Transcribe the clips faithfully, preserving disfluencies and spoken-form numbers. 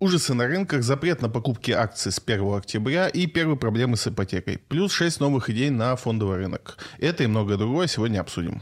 ужасы на рынках, запрет на покупки акций с первого октября и первые проблемы с ипотекой. Плюс шесть новых идей на фондовый рынок. Это и многое другое сегодня обсудим.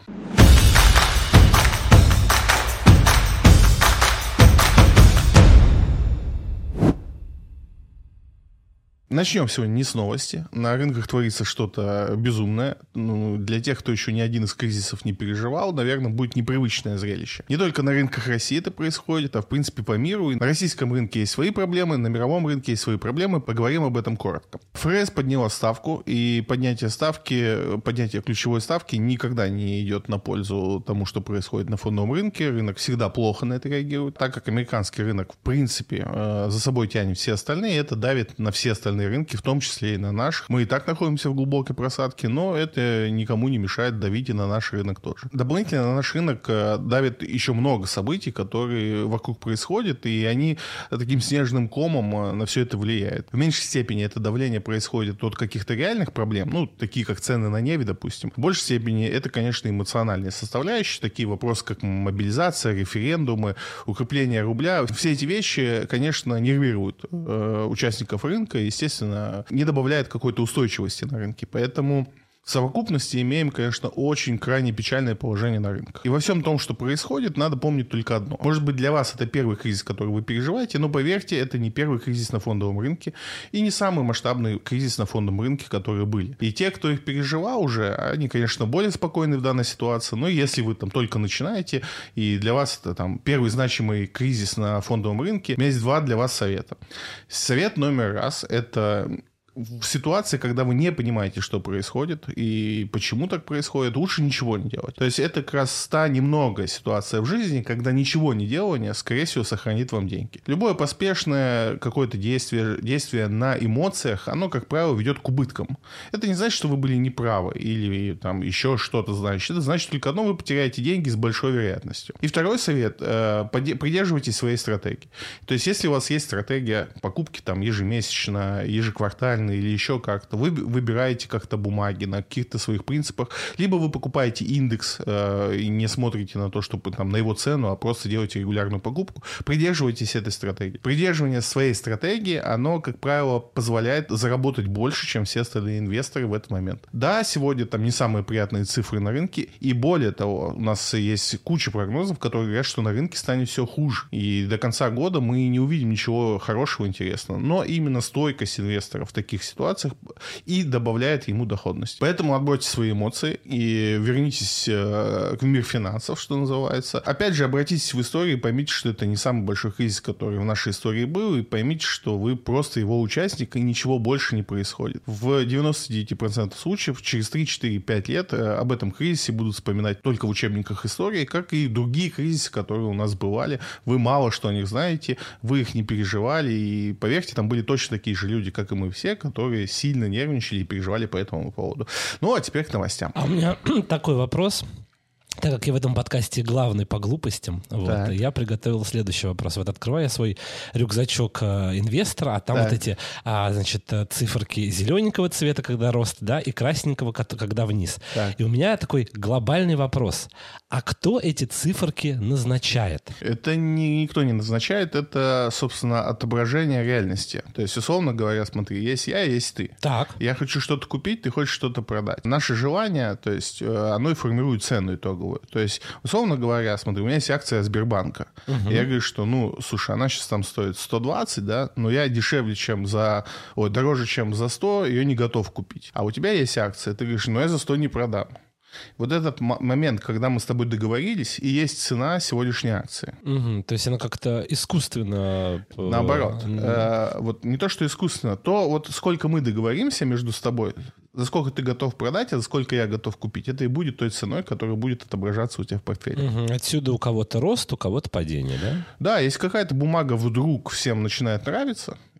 Начнем сегодня не с новости. На рынках творится что-то безумное. Ну, для тех, кто еще ни один из кризисов не переживал, наверное, будет непривычное зрелище. Не только на рынках России это происходит, а в принципе по миру. И на российском рынке есть свои проблемы, на мировом рынке есть свои проблемы. Поговорим об этом коротко. ФРС подняла ставку, и поднятие ставки, поднятие ключевой ставки никогда не идет на пользу тому, что происходит на фондовом рынке. Рынок всегда плохо на это реагирует, так как американский рынок в принципе за собой тянет все остальные, и это давит на все остальные рынки, в том числе и на наших. Мы и так находимся в глубокой просадке, но это никому не мешает давить и на наш рынок тоже. Дополнительно на наш рынок давит еще много событий, которые вокруг происходят, и они таким снежным комом на все это влияют. В меньшей степени это давление происходит от каких-то реальных проблем, ну, такие как цены на нефть, допустим. В большей степени это, конечно, эмоциональные составляющие, такие вопросы, как мобилизация, референдумы, укрепление рубля. Все эти вещи, конечно, нервируют э, участников рынка, естественно, не добавляет какой-то устойчивости на рынке. Поэтому в совокупности имеем, конечно, очень крайне печальное положение на рынках. И во всем том, что происходит, надо помнить только одно. Может быть, для вас это первый кризис, который вы переживаете, но поверьте, это не первый кризис на фондовом рынке и не самый масштабный кризис на фондовом рынке, которые были. И те, кто их переживал уже, они, конечно, более спокойны в данной ситуации, но если вы там только начинаете, и для вас это там первый значимый кризис на фондовом рынке, у меня есть два для вас совета. Совет номер раз – это... В ситуации, когда вы не понимаете, что происходит и почему так происходит, лучше ничего не делать. То есть это как раз та немногое ситуация в жизни, когда ничего не делание, скорее всего, сохранит вам деньги. Любое поспешное какое-то действие, действие на эмоциях, оно, как правило, ведет к убыткам. Это не значит, что вы были неправы или там еще что-то значит. Это значит только одно, вы потеряете деньги с большой вероятностью. И второй совет, придерживайтесь своей стратегии. То есть если у вас есть стратегия покупки там ежемесячно, ежеквартально, или еще как-то, вы выбираете как-то бумаги на каких-то своих принципах, либо вы покупаете индекс э, и не смотрите на то, чтобы там на его цену, а просто делаете регулярную покупку, придерживайтесь этой стратегии. Придерживание своей стратегии, оно, как правило, позволяет заработать больше, чем все остальные инвесторы в этот момент. Да, сегодня там не самые приятные цифры на рынке, и более того, у нас есть куча прогнозов, которые говорят, что на рынке станет все хуже, и до конца года мы не увидим ничего хорошего, интересного. Но именно стойкость инвесторов в таких ситуациях и добавляет ему доходность. Поэтому отбросьте свои эмоции и вернитесь э, в мир финансов, что называется. Опять же, обратитесь в историю и поймите, что это не самый большой кризис, который в нашей истории был, и поймите, что вы просто его участник, и ничего больше не происходит. В девяноста девяти процентах случаев через три-четыре-пять лет э, об этом кризисе будут вспоминать только в учебниках истории, как и другие кризисы, которые у нас бывали. Вы мало что о них знаете, вы их не переживали, и поверьте, там были точно такие же люди, как и мы все, которые сильно нервничали и переживали по этому поводу. Ну, а теперь к новостям. А у меня такой вопрос. Так как я в этом подкасте главный по глупостям, вот, я приготовил следующий вопрос. Вот открываю я свой рюкзачок э, инвестора, а там так. вот эти, а, значит, циферки зелененького цвета, когда рост, да, и красненького, когда вниз. Так. И у меня такой глобальный вопрос. А кто эти циферки назначает? Это не, никто не назначает, это, собственно, отображение реальности. То есть, условно говоря, смотри, есть я, есть ты. Так. Я хочу что-то купить, ты хочешь что-то продать. Наше желание, то есть, оно и формирует цену итоговую. То есть, условно говоря, смотри, у меня есть акция Сбербанка. Угу. Я говорю, что, ну, слушай, она сейчас там стоит сто двадцать, да, но я дешевле, чем за... Ой, дороже, чем за сто, ее не готов купить. А у тебя есть акция, ты говоришь, ну, я за сто не продам. Вот этот м- момент, когда мы с тобой договорились, и есть цена сегодняшней акции. Угу, то есть она как-то искусственно... Наоборот. Mm. Э, вот не то, что искусственно, то вот сколько мы договоримся между с тобой, за сколько ты готов продать, а за сколько я готов купить, это и будет той ценой, которая будет отображаться у тебя в портфеле. Угу. Отсюда у кого-то рост, у кого-то падение, да? Да, если какая-то бумага вдруг всем начинает нравиться,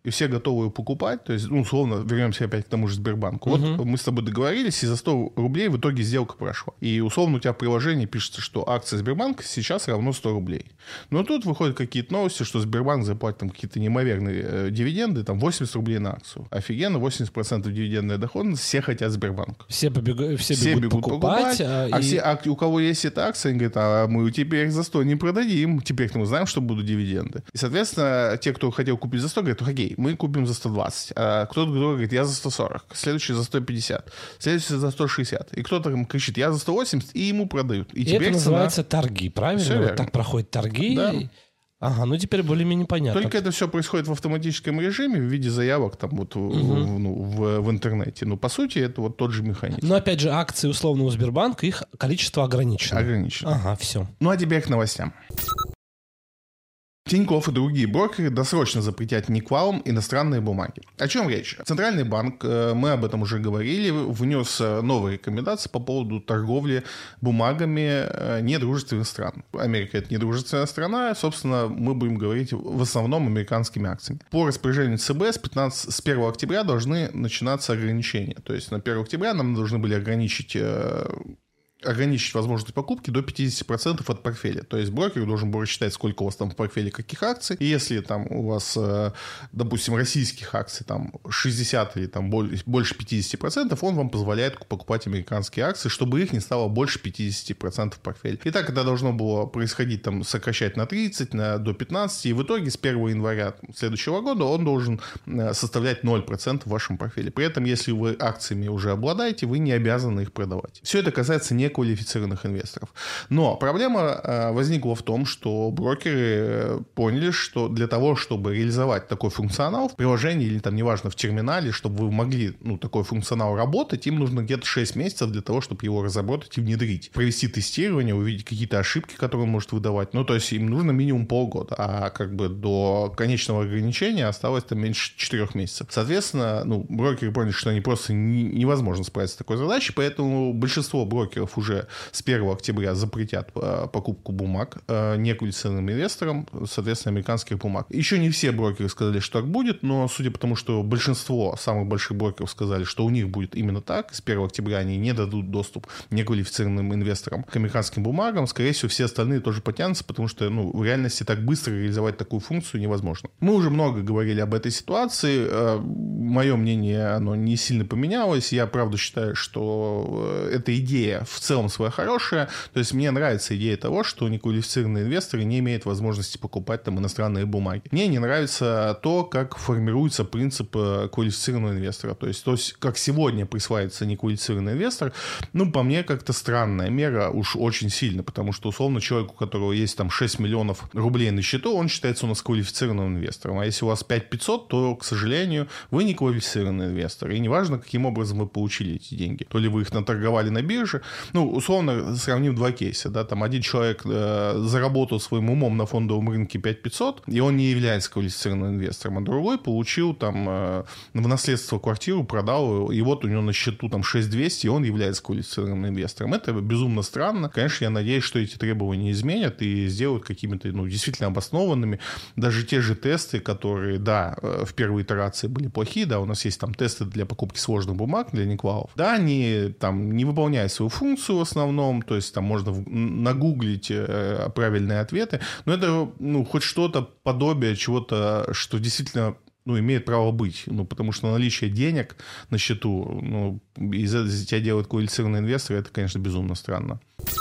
и все готовы ее покупать, то есть, ну, условно, вернемся опять к тому же Сбербанку. Uh-huh. Вот мы с тобой договорились, и за сто рублей в итоге сделка прошла. И, условно, у тебя в приложении пишется, что акция Сбербанка сейчас равно сто рублей. Но тут выходят какие-то новости, что Сбербанк заплатит там какие-то неимоверные э, дивиденды, там восемьдесят рублей на акцию. Офигенно, восемьдесят процентов дивидендная доходность, все хотят Сбербанк. Все, побег... все, все бегут, бегут покупать. покупать а, а, и... все, а у кого есть эта акция, они говорят, а мы теперь за сто не продадим, теперь мы знаем, что будут дивиденды. И, соответственно, те, кто хотел купить за сто, говорят, окей, мы купим за сто двадцать. А кто-то говорит, я за сто сорок, следующий за сто пятьдесят, следующий за сто шестьдесят. И кто-то кричит, я за сто восемьдесят, и ему продают. И, и теперь это цена... называется торги, правильно? Вот так проходят торги. Да. Ага, ну теперь более-менее понятно. Только это все происходит в автоматическом режиме в виде заявок там вот угу. в, ну, в, в интернете. Но по сути это вот тот же механизм. Но опять же акции условно у Сбербанка, их количество ограничено. Ограничено. Ага, все. Ну а теперь к новостям. Тинькофф и другие брокеры досрочно запретят НИК-валом иностранные бумаги. О чем речь? Центральный банк, мы об этом уже говорили, внес новые рекомендации по поводу торговли бумагами недружественных стран. Америка — это недружественная страна, собственно, мы будем говорить в основном американскими акциями. По распоряжению ЦБ с, пятнадцатого, с первого октября должны начинаться ограничения. То есть на первого октября нам должны были ограничить... ограничить возможность покупки до пятьдесят процентов от портфеля. То есть брокер должен был рассчитать, сколько у вас там в портфеле каких акций. И если там у вас, допустим, российских акций там шестьдесят или там больше пятьдесят процентов, он вам позволяет покупать американские акции, чтобы их не стало больше пятьдесят процентов портфеля. И так это должно было происходить, там, сокращать на тридцать, на, до пятнадцать. И в итоге с первого января следующего года он должен составлять ноль процентов в вашем портфеле. При этом, если вы акциями уже обладаете, вы не обязаны их продавать. Все это касается не квалифицированных инвесторов. Но проблема э, возникла в том, что брокеры поняли, что для того, чтобы реализовать такой функционал в приложении или там, неважно, в терминале, чтобы вы могли, ну, такой функционал работать, им нужно где-то шесть месяцев для того, чтобы его разработать и внедрить. Провести тестирование, увидеть какие-то ошибки, которые он может выдавать. Ну, то есть им нужно минимум полгода, а как бы до конечного ограничения осталось там меньше четырех месяцев. Соответственно, ну, брокеры поняли, что они просто не, невозможно справиться с такой задачей, поэтому большинство брокеров уже уже с первого октября запретят покупку бумаг неквалифицированным инвесторам, соответственно, американских бумаг. Еще не все брокеры сказали, что так будет, но судя по тому, что большинство самых больших брокеров сказали, что у них будет именно так, с первого октября они не дадут доступ неквалифицированным инвесторам к американским бумагам, скорее всего, все остальные тоже потянутся, потому что, ну, в реальности так быстро реализовать такую функцию невозможно. Мы уже много говорили об этой ситуации. Мое мнение, оно не сильно поменялось. Я, правда, считаю, что эта идея в целом своя хорошая. То есть мне нравится идея того, что неквалифицированные инвесторы не имеют возможности покупать там иностранные бумаги. Мне не нравится то, как формируется принцип квалифицированного инвестора. То есть, то есть как сегодня присваивается неквалифицированный инвестор, ну, по мне, как-то странная мера, уж очень сильно, потому что, условно, человек, у которого есть там шесть миллионов рублей на счету, он считается у нас квалифицированным инвестором. А если у вас пять пятьсот, то, к сожалению, вы не квалифицированный инвестор. И неважно, каким образом вы получили эти деньги. То ли вы их наторговали на бирже. Ну, условно, сравним два кейса. Да? Там один человек э, заработал своим умом на фондовом рынке пять пятьсот, и он не является квалифицированным инвестором. А другой получил там э, в наследство квартиру, продал, и вот у него на счету там шесть двести, и он является квалифицированным инвестором. Это безумно странно. Конечно, я надеюсь, что эти требования изменят и сделают какими-то, ну, действительно обоснованными. Даже те же тесты, которые, да, в первой итерации были плохие, да, у нас есть там тесты для покупки сложных бумаг, для НИК-валов. Да, они там не выполняют свою функцию в основном, то есть там можно нагуглить э, правильные ответы, но это, ну, хоть что-то подобие чего-то, что действительно, ну, имеет право быть, ну, потому что наличие денег на счету, ну, из, из тебя делают квалифицированный инвестор, это, конечно, безумно странно.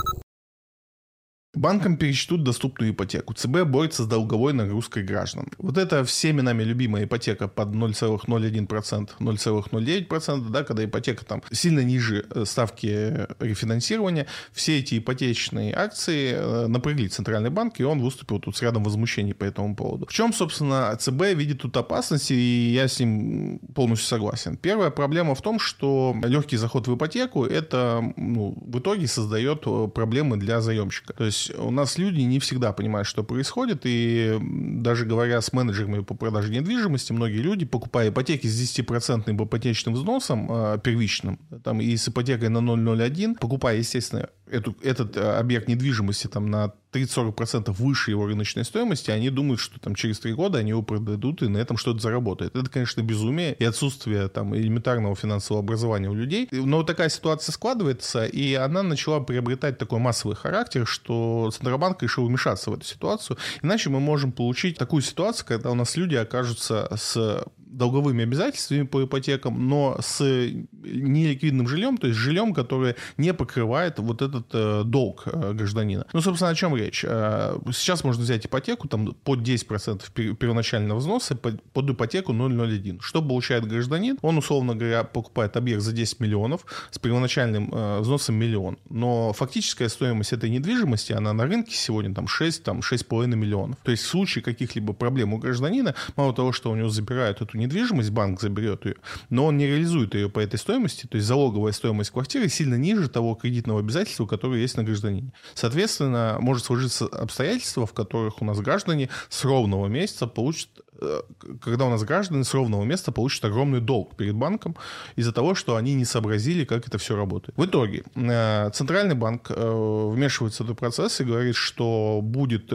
Банкам пересчитают доступную ипотеку. ЦБ борется с долговой нагрузкой граждан. Вот это всеми нами любимая ипотека под ноль целых ноль один процента, ноль целых ноль девять процента, да, когда ипотека там сильно ниже ставки рефинансирования. Все эти ипотечные акции напрягли Центральный банк, и он выступил тут с рядом возмущений по этому поводу. В чем, собственно, ЦБ видит тут опасности, и я с ним полностью согласен. Первая проблема в том, что легкий заход в ипотеку, это, ну, в итоге создает проблемы для заемщика. То есть у нас люди не всегда понимают, что происходит, и даже говоря с менеджерами по продаже недвижимости, многие люди, покупая ипотеки с десятипроцентным ипотечным взносом э, первичным, там, и с ипотекой на ноль целых ноль один, покупая, естественно, эту, этот объект недвижимости там, на тридцать-сорок процентов выше его рыночной стоимости, они думают, что там через три года они его продадут и на этом что-то заработают. Это, конечно, безумие и отсутствие там элементарного финансового образования у людей. Но вот такая ситуация складывается, и она начала приобретать такой массовый характер, что Центробанк решил вмешаться в эту ситуацию. Иначе мы можем получить такую ситуацию, когда у нас люди окажутся с долговыми обязательствами по ипотекам, но с неликвидным жильем, то есть жильем, которое не покрывает вот этот э, долг э, гражданина. Ну, собственно, о чем речь? Э, сейчас можно взять ипотеку там, под десять процентов первоначального взноса под, под ипотеку ноль целых ноль один. Что получает гражданин? Он, условно говоря, покупает объект за десять миллионов с первоначальным э, взносом миллион. Но фактическая стоимость этой недвижимости, она на рынке сегодня там шесть, там шесть с половиной миллионов. То есть в случае каких-либо проблем у гражданина, мало того, что у него забирают эту недвижимость, банк заберет ее, но он не реализует ее по этой стоимости, то есть залоговая стоимость квартиры сильно ниже того кредитного обязательства, которое есть на гражданине. Соответственно, может сложиться обстоятельства, в которых у нас граждане с ровного месяца получат, когда у нас граждане с ровного места получат огромный долг перед банком из-за того, что они не сообразили, как это все работает. В итоге Центральный банк вмешивается в этот процесс и говорит, что будет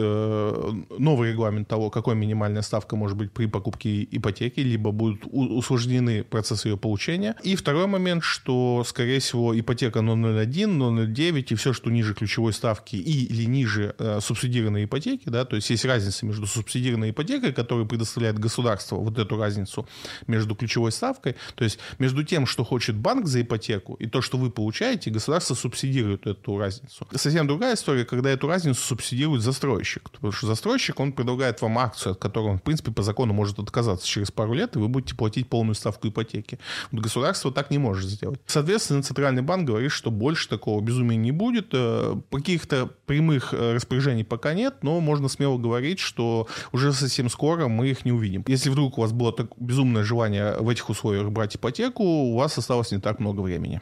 новый регламент того, какой минимальная ставка может быть при покупке ипотеки, либо будут усложнены процессы ее получения. И второй момент, что, скорее всего, ипотека ноль целых ноль один, ноль целых ноль девять и все, что ниже ключевой ставки и или ниже субсидированной ипотеки, да, то есть есть разница между субсидированной ипотекой, которую предоставляет государство, вот эту разницу между ключевой ставкой, то есть между тем, что хочет банк за ипотеку, и то, что вы получаете, государство субсидирует эту разницу. Совсем другая история, когда эту разницу субсидирует застройщик, потому что застройщик, он предлагает вам акцию, от которой он, в принципе, по закону может отказаться через пару лет, и вы будете платить полную ставку ипотеки. Вот государство так не может сделать. Соответственно, Центральный банк говорит, что больше такого безумия не будет, каких-то прямых распоряжений пока нет, но можно смело говорить, что уже совсем скоро мы их не увидим. Если вдруг у вас было так безумное желание в этих условиях брать ипотеку, у вас осталось не так много времени.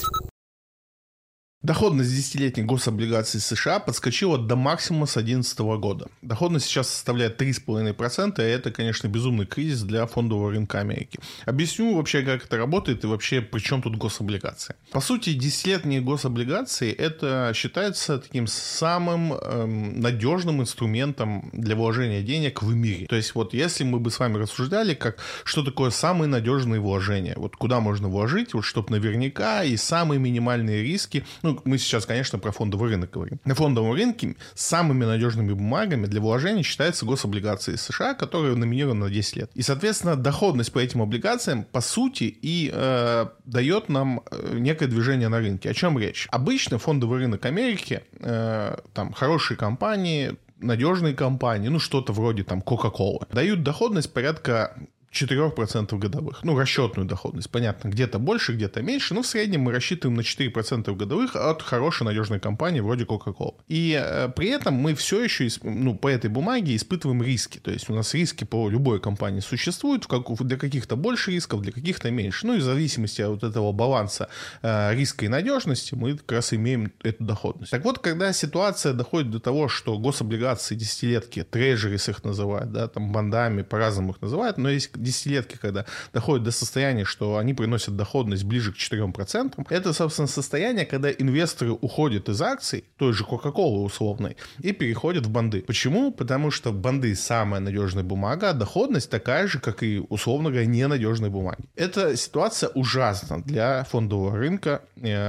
Доходность десятилетних гособлигаций США подскочила до максимума с две тысячи одиннадцатого года. Доходность сейчас составляет три целых пять десятых процента, и это, конечно, безумный кризис для фондового рынка Америки. Объясню вообще, как это работает и вообще, при чем тут гособлигации. По сути, десятилетние гособлигации это считается таким самым эм, надежным инструментом для вложения денег в мире. То есть вот если мы бы с вами рассуждали, как что такое самые надежные вложения, вот куда можно вложить, вот чтобы наверняка и самые минимальные риски, ну, мы сейчас, конечно, про фондовый рынок говорим. На фондовом рынке самыми надежными бумагами для вложения считаются гособлигации США, которые номинированы на десять лет. И, соответственно, доходность по этим облигациям, по сути, и э, дает нам некое движение на рынке. О чем речь? Обычно фондовый рынок Америки, э, там, хорошие компании, надежные компании, ну, что-то вроде там Coca-Cola, дают доходность порядка четыре процента годовых. Ну, расчетную доходность. Понятно, где-то больше, где-то меньше, но в среднем мы рассчитываем на четыре процента годовых от хорошей надежной компании вроде Coca-Cola. И э, при этом мы все еще, ну, по этой бумаге испытываем риски. То есть у нас риски по любой компании существуют, в как, для каких-то больше рисков, для каких-то меньше. Ну, и в зависимости от этого баланса э, риска и надежности мы как раз имеем эту доходность. Так вот, когда ситуация доходит до того, что гособлигации десятилетки, трежерис их называют, да, там бандами, по-разному их называют, но есть десятилетки, когда доходят до состояния, что они приносят доходность ближе к четырем процентам, это, собственно, состояние, когда инвесторы уходят из акций, той же Coca-Cola условной, и переходят в банды. Почему? Потому что банды самая надежная бумага, а доходность такая же, как и, условно говоря, ненадежные бумаги. Эта ситуация ужасна для фондового рынка,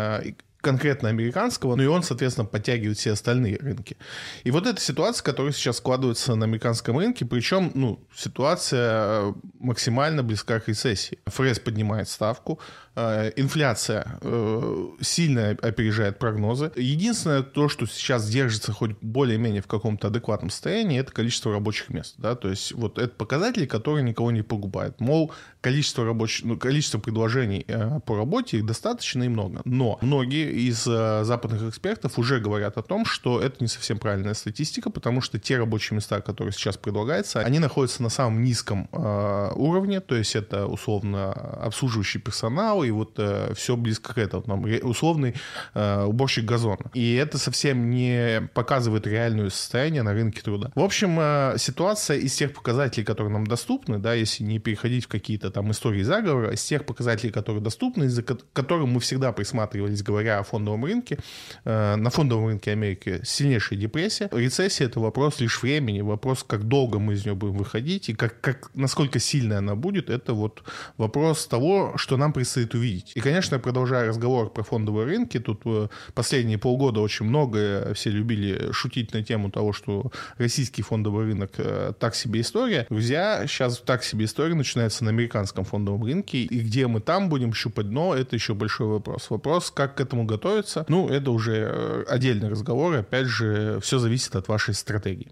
конкретно американского, но и он, соответственно, подтягивает все остальные рынки. И вот эта ситуация, которая сейчас складывается на американском рынке, причем, ну, ситуация максимально близка к рецессии. ФРС поднимает ставку, э, инфляция э, сильно опережает прогнозы. Единственное, то, что сейчас держится хоть более-менее в каком-то адекватном состоянии, это количество рабочих мест. Да? То есть вот это показатели, которые никого не пугают. Мол, количество, рабочих, ну, количество предложений э, по работе их достаточно и много. Но многие из э, западных экспертов уже говорят о том, что это не совсем правильная статистика, потому что те рабочие места, которые сейчас предлагаются, они находятся на самом низком э, уровне, то есть это условно обслуживающий персонал и вот э, все близко к этому. Там, условный э, уборщик газона. И это совсем не показывает реальное состояние на рынке труда. В общем, э, ситуация из тех показателей, которые нам доступны, да, если не переходить в какие-то там истории заговора, из тех показателей, которые доступны, из-за которых мы всегда присматривались, говоря о фондовом рынке, э, на фондовом рынке Америки сильнейшая депрессия. Рецессия — это вопрос лишь времени, вопрос, как долго мы из нее будем выходить и как, как, насколько сильная она будет, это вот вопрос того, что нам предстоит увидеть. И, конечно, продолжая разговор про фондовые рынки, тут последние полгода очень много все любили шутить на тему того, что российский фондовый рынок так себе история. Друзья, сейчас так себе история начинается на американском фондовом рынке, и где мы там будем щупать дно, это еще большой вопрос. Вопрос, как к этому готовиться, ну, это уже отдельный разговор, и, опять же, все зависит от вашей стратегии.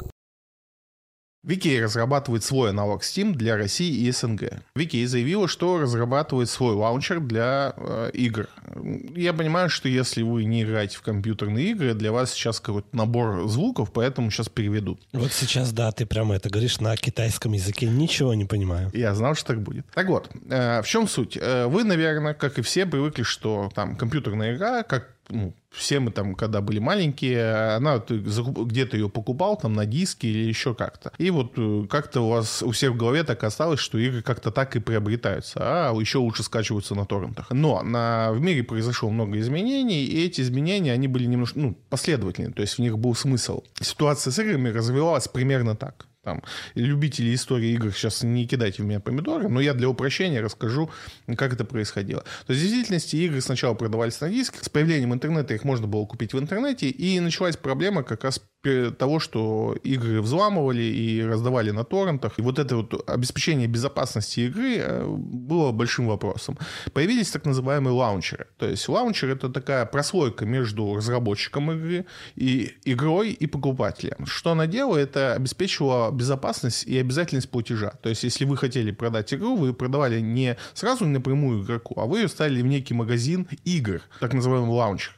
ви кей разрабатывает свой аналог Steam для России и СНГ. ви кей заявила, что разрабатывает свой лаунчер для э, игр. Я понимаю, что если вы не играете в компьютерные игры, для вас сейчас какой-то набор звуков, поэтому сейчас переведу. Вот сейчас, да, ты прямо это говоришь на китайском языке, ничего не понимаю. Я знал, что так будет. Так вот, э, в чем суть? Э, вы, наверное, как и все, привыкли, что там компьютерная игра, как ну, все мы там, когда были маленькие, она, ты где-то ее покупал там на диске или еще как-то. И вот как-то у вас у всех в голове так осталось, что игры как-то так и приобретаются, а еще лучше скачиваются на торрентах. Но на, в мире произошло много изменений, и эти изменения, они были немножко ну, последовательные, то есть в них был смысл. Ситуация с играми развивалась примерно так. Там, любители истории игр, сейчас не кидайте в меня помидоры, но я для упрощения расскажу, как это происходило. То есть в действительности игры сначала продавались на диске, с появлением интернета их можно было купить в интернете, и началась проблема как раз того, что игры взламывали и раздавали на торрентах. И вот это вот обеспечение безопасности игры было большим вопросом. Появились так называемые лаунчеры. То есть лаунчер — это такая прослойка между разработчиком игры и игрой и покупателем. Что она делала? Это обеспечивала безопасность и обязательность платежа. То есть если вы хотели продать игру, вы продавали не сразу напрямую игроку, а вы ее ставили в некий магазин игр, так называемый лаунчер.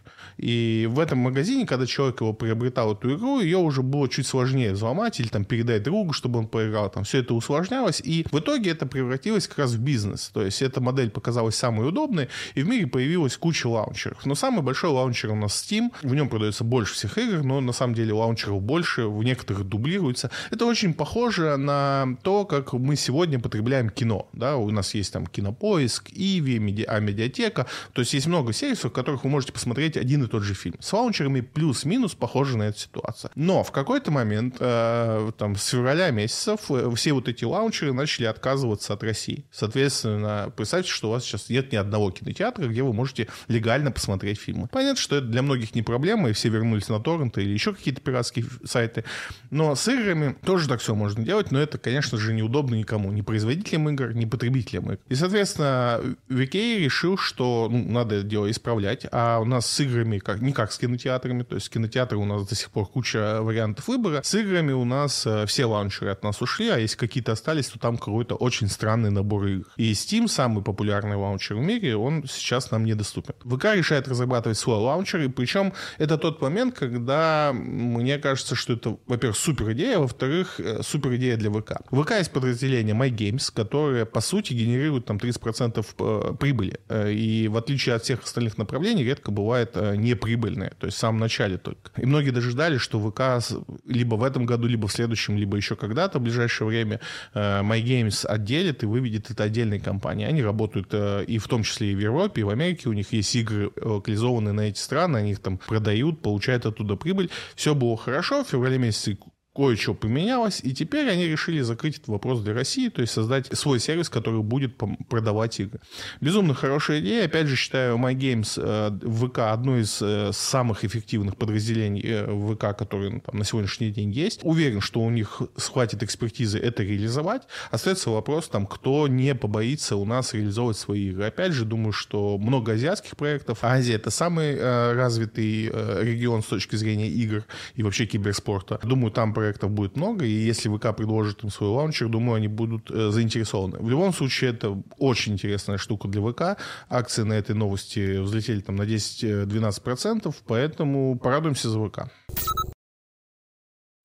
И в этом магазине, когда человек его приобретал, эту игру, ее уже было чуть сложнее взломать или там передать другу, чтобы он поиграл. Там все это усложнялось. И в итоге это превратилось как раз в бизнес. То есть эта модель показалась самой удобной, и в мире появилась куча лаунчеров. Но самый большой лаунчер у нас Steam. В нем продается больше всех игр, но на самом деле лаунчеров больше, в некоторых дублируется. Это очень похоже на то, как мы сегодня потребляем кино. Да? У нас есть там Кинопоиск, Иви, меди... а медиатека. То есть есть много сервисов, в которых вы можете посмотреть один и тот же фильм. С лаунчерами плюс-минус похожа на эту ситуацию. Но в какой-то момент, э, там, с февраля месяцев, э, все вот эти лаунчеры начали отказываться от России. Соответственно, представьте, что у вас сейчас нет ни одного кинотеатра, где вы можете легально посмотреть фильмы. Понятно, что это для многих не проблема, и все вернулись на торренты или еще какие-то пиратские сайты. Но с играми тоже так все можно делать, но это, конечно же, неудобно никому. Ни производителям игр, ни потребителям игр. И, соответственно, ви кей решил, что ну, надо это дело исправлять, а у нас с играми Как, не как с кинотеатрами, то есть кинотеатры у нас до сих пор куча вариантов выбора. С играми у нас э, все лаунчеры от нас ушли, а если какие-то остались, то там какой-то очень странный набор игр. И Steam, самый популярный лаунчер в мире, он сейчас нам недоступен. ВК решает разрабатывать свой лаунчер, и причем это тот момент, когда мне кажется, что это, во-первых, супер идея, а во-вторых, супер идея для ВК. В ВК есть подразделение MyGames, которое, по сути, генерирует там тридцать процентов прибыли. И в отличие от всех остальных направлений, редко бывает не прибыльные, то есть в самом начале только. И многие даже ждали, что ВК либо в этом году, либо в следующем, либо еще когда-то в ближайшее время э, MyGames отделит и выведет это отдельной компанией. Они работают э, и в том числе и в Европе, и в Америке. У них есть игры, локализованные на эти страны, они их там продают, получают оттуда прибыль. Все было хорошо. В феврале месяце кое-что поменялось, и теперь они решили закрыть этот вопрос для России, то есть создать свой сервис, который будет продавать игры. Безумно хорошая идея. Опять же, считаю MyGames э, ВК одной из э, самых эффективных подразделений э, ВК, которые там, на сегодняшний день есть. Уверен, что у них хватит экспертизы это реализовать. Остается вопрос, там, кто не побоится у нас реализовывать свои игры. Опять же, думаю, что много азиатских проектов. Азия — это самый э, развитый э, регион с точки зрения игр и вообще киберспорта. Думаю, там проектов будет много, и если ВК предложит им свой лаунчер, думаю, они будут э, заинтересованы. В любом случае, это очень интересная штука для ВК. Акции на этой новости взлетели там на десять-двенадцать процентов, поэтому порадуемся за ВК.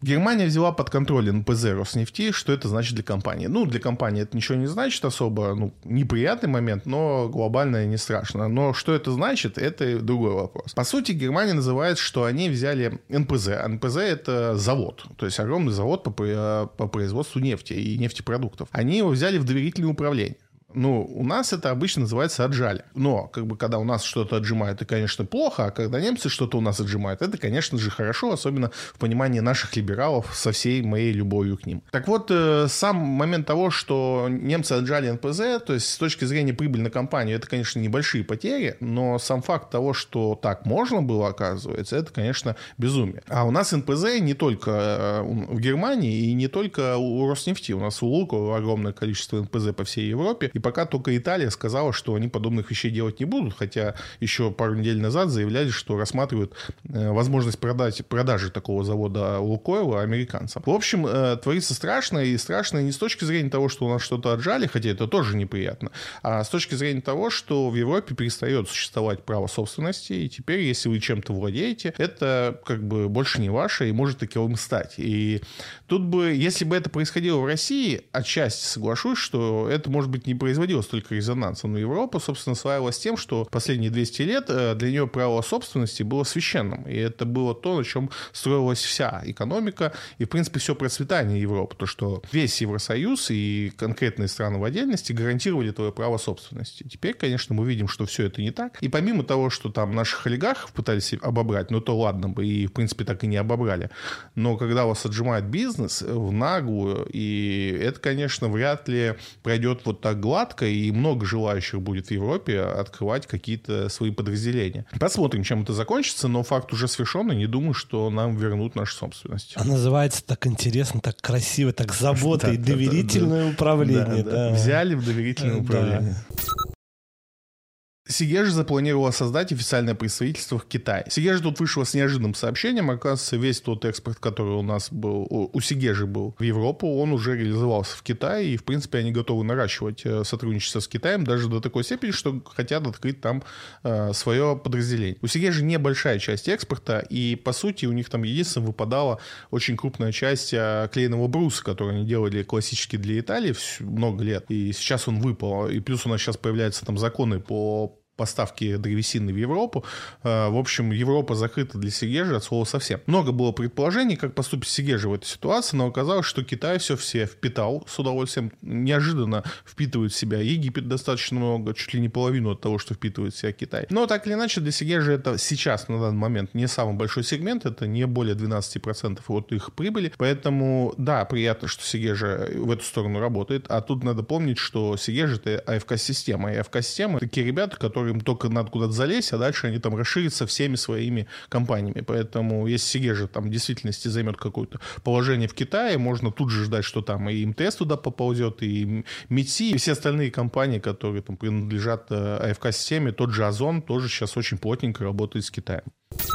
Германия взяла под контроль эн пэ зэ Роснефти. Что это значит для компании? Ну, для компании это ничего не значит особо. Ну, неприятный момент, но глобально не страшно. Но что это значит, это другой вопрос. По сути, Германия называет, что они взяли эн пэ зэ. эн пэ зэ — это завод. То есть огромный завод по, по производству нефти и нефтепродуктов. Они его взяли в доверительное управление. Ну, у нас это обычно называется отжали. Но, как бы, когда у нас что-то отжимают, это, конечно, плохо, а когда немцы что-то у нас отжимают, это, конечно же, хорошо, особенно в понимании наших либералов со всей моей любовью к ним. Так вот, э, сам момент того, что немцы отжали эн пэ зэ, то есть с точки зрения прибыли на компанию, это, конечно, небольшие потери, но сам факт того, что так можно было, оказывается, это, конечно, безумие. А у нас эн пэ зэ не только в Германии и не только у Роснефти. У нас у Лукойла огромное количество эн пэ зэ по всей Европе, и пока только Италия сказала, что они подобных вещей делать не будут, хотя еще пару недель назад заявляли, что рассматривают э, возможность продать, продажи такого завода Лукойла американцам. В общем, э, творится страшно, и страшно не с точки зрения того, что у нас что-то отжали, хотя это тоже неприятно, а с точки зрения того, что в Европе перестает существовать право собственности, и теперь, если вы чем-то владеете, это как бы больше не ваше и может таковым стать. И тут бы, если бы это происходило в России, отчасти соглашусь, что это, может быть, не производило столько резонанса. Но Европа, собственно, славилась тем, что последние двести лет для нее право собственности было священным. И это было то, на чем строилась вся экономика и, в принципе, все процветание Европы. То, что весь Евросоюз и конкретные страны в отдельности гарантировали твое право собственности. Теперь, конечно, мы видим, что все это не так. И помимо того, что там наших олигархов пытались обобрать, ну то ладно бы, и, в принципе, так и не обобрали. Но когда вас отжимает бизнес в наглую, и это, конечно, вряд ли пройдет вот так гладко, и много желающих будет в Европе открывать какие-то свои подразделения. Посмотрим, чем это закончится, но факт уже совершенный. Не думаю, что нам вернут нашу собственность. А называется так интересно, так красиво, так забота и доверительное управление. Взяли в доверительное управление. Сигежа запланировала создать официальное представительство в Китае. Сигежа тут вышла с неожиданным сообщением. Оказывается, весь тот экспорт, который у нас был, у Сигежи был в Европу, он уже реализовался в Китае. И, в принципе, они готовы наращивать сотрудничество с Китаем даже до такой степени, что хотят открыть там э, свое подразделение. У Сигежи небольшая часть экспорта, и, по сути, у них там единственное выпадала очень крупная часть э, клееного бруса, который они делали классически для Италии много лет. И сейчас он выпал. И плюс у нас сейчас появляются там законы по поставки древесины в Европу. В общем, Европа закрыта для Сигежи от слова совсем. Много было предположений, как поступит Сигежа в этой ситуации, но оказалось, что Китай все все впитал с удовольствием. Неожиданно впитывает в себя Египет достаточно много, чуть ли не половину от того, что впитывает в себя Китай. Но так или иначе, для Сигежи это сейчас, на данный момент, не самый большой сегмент, это не более двенадцать процентов от их прибыли. Поэтому, да, приятно, что Сигежа в эту сторону работает, а тут надо помнить, что Сигежа — это а эф ка-система. И а эф ка-система — такие ребята, которые им только надо куда-то залезть, а дальше они там расширятся всеми своими компаниями. Поэтому если Сигежа там в действительности займет какое-то положение в Китае, можно тут же ждать, что там и эм тэ эс туда поползет, и МИДСИ, и все остальные компании, которые там принадлежат а эф ка-системе, тот же Озон тоже сейчас очень плотненько работает с Китаем.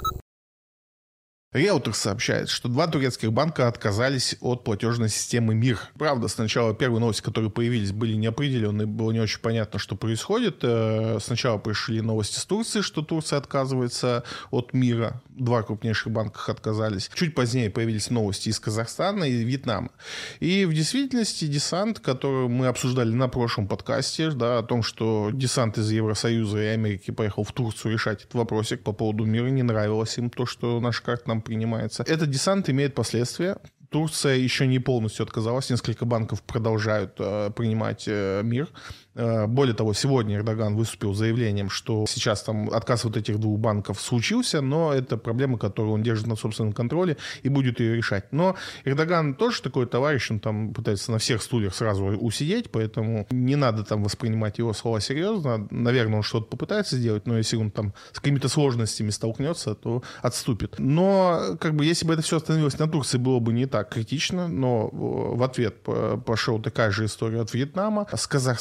Реутер сообщает, что два турецких банка отказались от платежной системы МИР. Правда, сначала первые новости, которые появились, были неопределенные, было не очень понятно, что происходит. Сначала пришли новости с Турции, что Турция отказывается от МИРа. Два крупнейших банка отказались. Чуть позднее появились новости из Казахстана и Вьетнама. И в действительности десант, который мы обсуждали на прошлом подкасте, да, о том, что десант из Евросоюза и Америки поехал в Турцию решать этот вопросик по поводу МИРа, не нравилось им то, что наша карта нам принимается. Этот десант имеет последствия. Турция еще не полностью отказалась. Несколько банков продолжают э, принимать э, МИР. Э, более того, сегодня Эрдоган выступил с заявлением, что сейчас там отказ вот этих двух банков случился, но это проблема, которую он держит на собственном контроле и будет ее решать. Но Эрдоган тоже такой товарищ, он там пытается на всех стульях сразу усидеть, поэтому не надо там воспринимать его слова серьезно. Наверное, он что-то попытается сделать, но если он там с какими-то сложностями столкнется, то отступит. Но как бы если бы это все остановилось на Турции, было бы не так критично, но в ответ пошел такая же история от Вьетнама. С Казахстана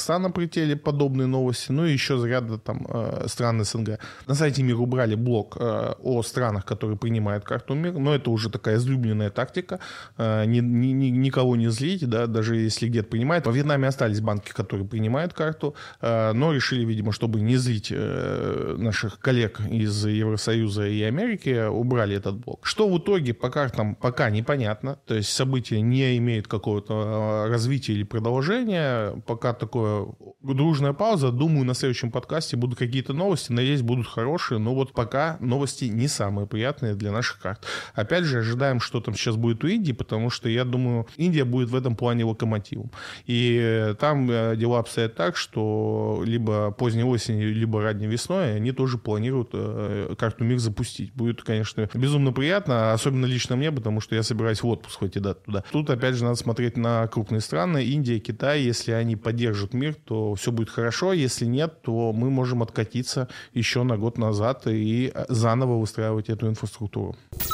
полетели подобные новости, ну и еще ряда там стран СНГ. На сайте МИР убрали блок о странах, которые принимают карту МИР, но это уже такая излюбленная тактика, ни, ни, никого не злить, да, даже если где-то принимают. Во Вьетнаме остались банки, которые принимают карту, но решили, видимо, чтобы не злить наших коллег из Евросоюза и Америки, убрали этот блок. Что в итоге по картам пока непонятно, то есть события не имеют какого-то развития или продолжения, пока такое дружная пауза. Думаю, на следующем подкасте будут какие-то новости, надеюсь, будут хорошие, но вот пока новости не самые приятные для наших карт. Опять же, ожидаем, что там сейчас будет у Индии, потому что, я думаю, Индия будет в этом плане локомотивом. И там дела обстоят так, что либо поздней осенью, либо ранней весной они тоже планируют карту МИР запустить. Будет, конечно, безумно приятно, особенно лично мне, потому что я собираюсь в отпуск хоть и да, туда. Тут, опять же, надо смотреть на крупные страны. Индия, Китай, если они поддержат МИР, то все будет хорошо. Если нет, то мы можем откатиться еще на год назад и заново выстраивать эту инфраструктуру.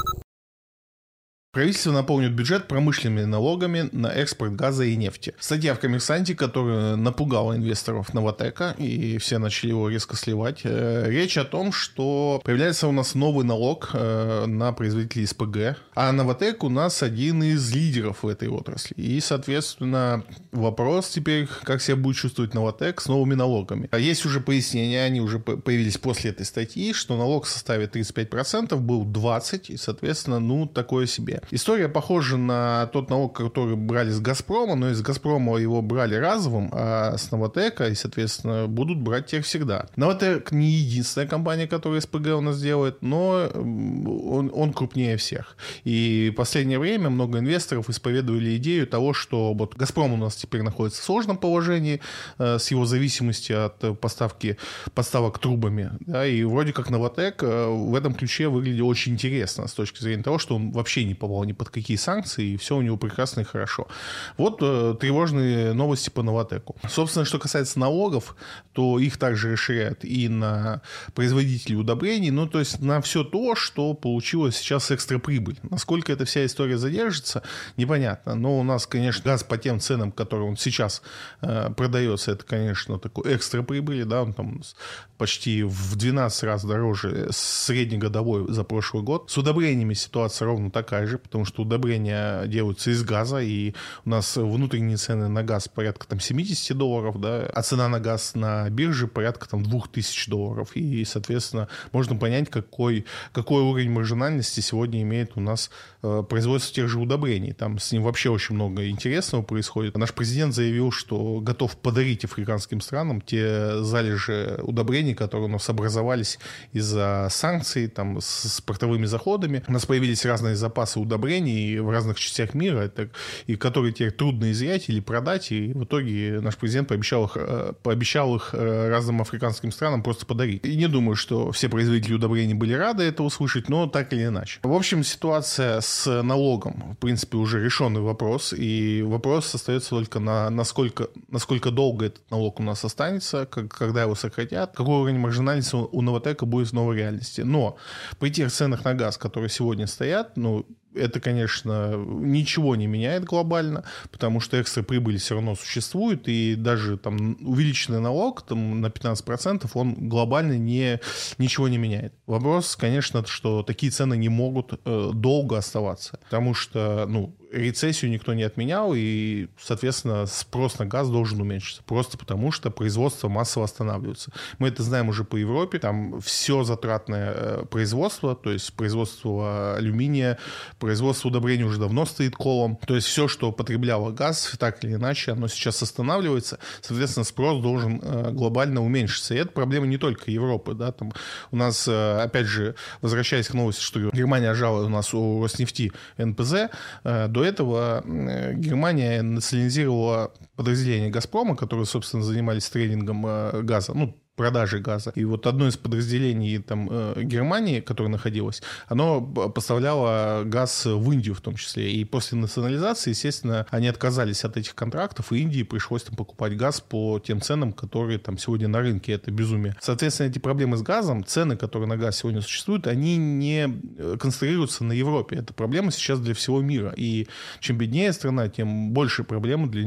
Правительство наполнит бюджет промышленными налогами на экспорт газа и нефти. Статья в «Коммерсанте», которая напугала инвесторов Новатэка, и все начали его резко сливать. Речь о том, что появляется у нас новый налог на производителей СПГ, а Новатэк у нас один из лидеров в этой отрасли. И, соответственно, вопрос теперь, как себя будет чувствовать Новатэк с новыми налогами. Есть уже пояснения, они уже появились после этой статьи, что налог составит тридцать пять процентов, был двадцать процентов, и, соответственно, ну, такое себе. История похожа на тот налог, который брали с «Газпрома», но из «Газпрома» его брали разовым, а с «Новатэка», и, соответственно, будут брать тех всегда. «Новатэк» не единственная компания, которая СПГ у нас делает, но он, он крупнее всех. И в последнее время много инвесторов исповедовали идею того, что вот «Газпром» у нас теперь находится в сложном положении э, с его зависимостью от поставки, поставок трубами. Да, и вроде как «Новатэк» э, в этом ключе выглядел очень интересно с точки зрения того, что он вообще не попал ни под какие санкции, и все у него прекрасно и хорошо. Вот э, тревожные новости по Новатэку. Собственно, что касается налогов, то их также расширяют и на производителей удобрений, ну, то есть на все то, что получилось сейчас экстраприбыль. Насколько эта вся история задержится, непонятно. Но у нас, конечно, газ по тем ценам, которые он сейчас э, продается, это, конечно, такой экстраприбыль, да, он там почти в двенадцать раз дороже среднегодовой за прошлый год. С удобрениями ситуация ровно такая же, потому что удобрения делаются из газа, и у нас внутренние цены на газ порядка там семьдесят долларов, да, а цена на газ на бирже порядка там две тысячи долларов. И, соответственно, можно понять, какой, какой уровень маржинальности сегодня имеет у нас э, производство тех же удобрений. Там с ним вообще очень много интересного происходит. Наш президент заявил, что готов подарить африканским странам те залежи удобрений, которые у нас образовались из-за санкций, там, с портовыми заходами. У нас появились разные запасы удобрений в разных частях мира, это, и которые теперь трудно изъять или продать, и в итоге наш президент пообещал их, пообещал их разным африканским странам просто подарить. И не думаю, что все производители удобрений были рады это услышать, но так или иначе. В общем, ситуация с налогом, в принципе, уже решенный вопрос, и вопрос остается только на насколько, насколько долго этот налог у нас останется, как, когда его сократят, какой уровень маржинальности у Новатэка будет в новой реальности. Но при тех ценах на газ, которые сегодня стоят, ну, это, конечно, ничего не меняет глобально, потому что экстра прибыль все равно существует, и даже там увеличенный налог там, на пятнадцать процентов, он глобально не, ничего не меняет. Вопрос, конечно, что такие цены не могут э, долго оставаться, потому что, ну, рецессию никто не отменял, и, соответственно, спрос на газ должен уменьшиться, просто потому что производство массово останавливается. Мы это знаем уже по Европе, там все затратное производство, то есть производство алюминия, производство удобрений уже давно стоит колом, то есть все, что потребляло газ, так или иначе, оно сейчас останавливается, соответственно, спрос должен глобально уменьшиться. И это проблема не только Европы, да, там у нас, опять же, возвращаясь к новости, что Германия отжала у нас у Роснефти эн пэ зэ, до этого Германия национализировала подразделение «Газпрома», которые, собственно, занимались трейдингом газа, ну, продажи газа. И вот одно из подразделений там, Германии, которое находилось, оно поставляло газ в Индию в том числе. И после национализации, естественно, они отказались от этих контрактов, и Индии пришлось там покупать газ по тем ценам, которые там сегодня на рынке. Это безумие. Соответственно, эти проблемы с газом, цены, которые на газ сегодня существуют, они не концентрируются на Европе. Это проблема сейчас для всего мира. И чем беднее страна, тем больше проблемы для нее.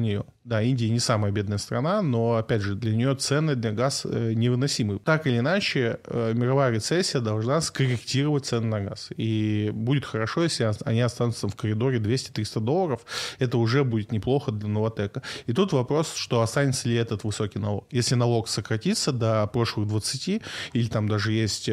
Да, Индия не самая бедная страна, но, опять же, для нее цены для газа невыносимы. Так или иначе, мировая рецессия должна скорректировать цены на газ. И будет хорошо, если они останутся в коридоре двести-триста долларов. Это уже будет неплохо для Новатэка. И тут вопрос, что останется ли этот высокий налог. Если налог сократится до прошлых двадцати, или там даже есть...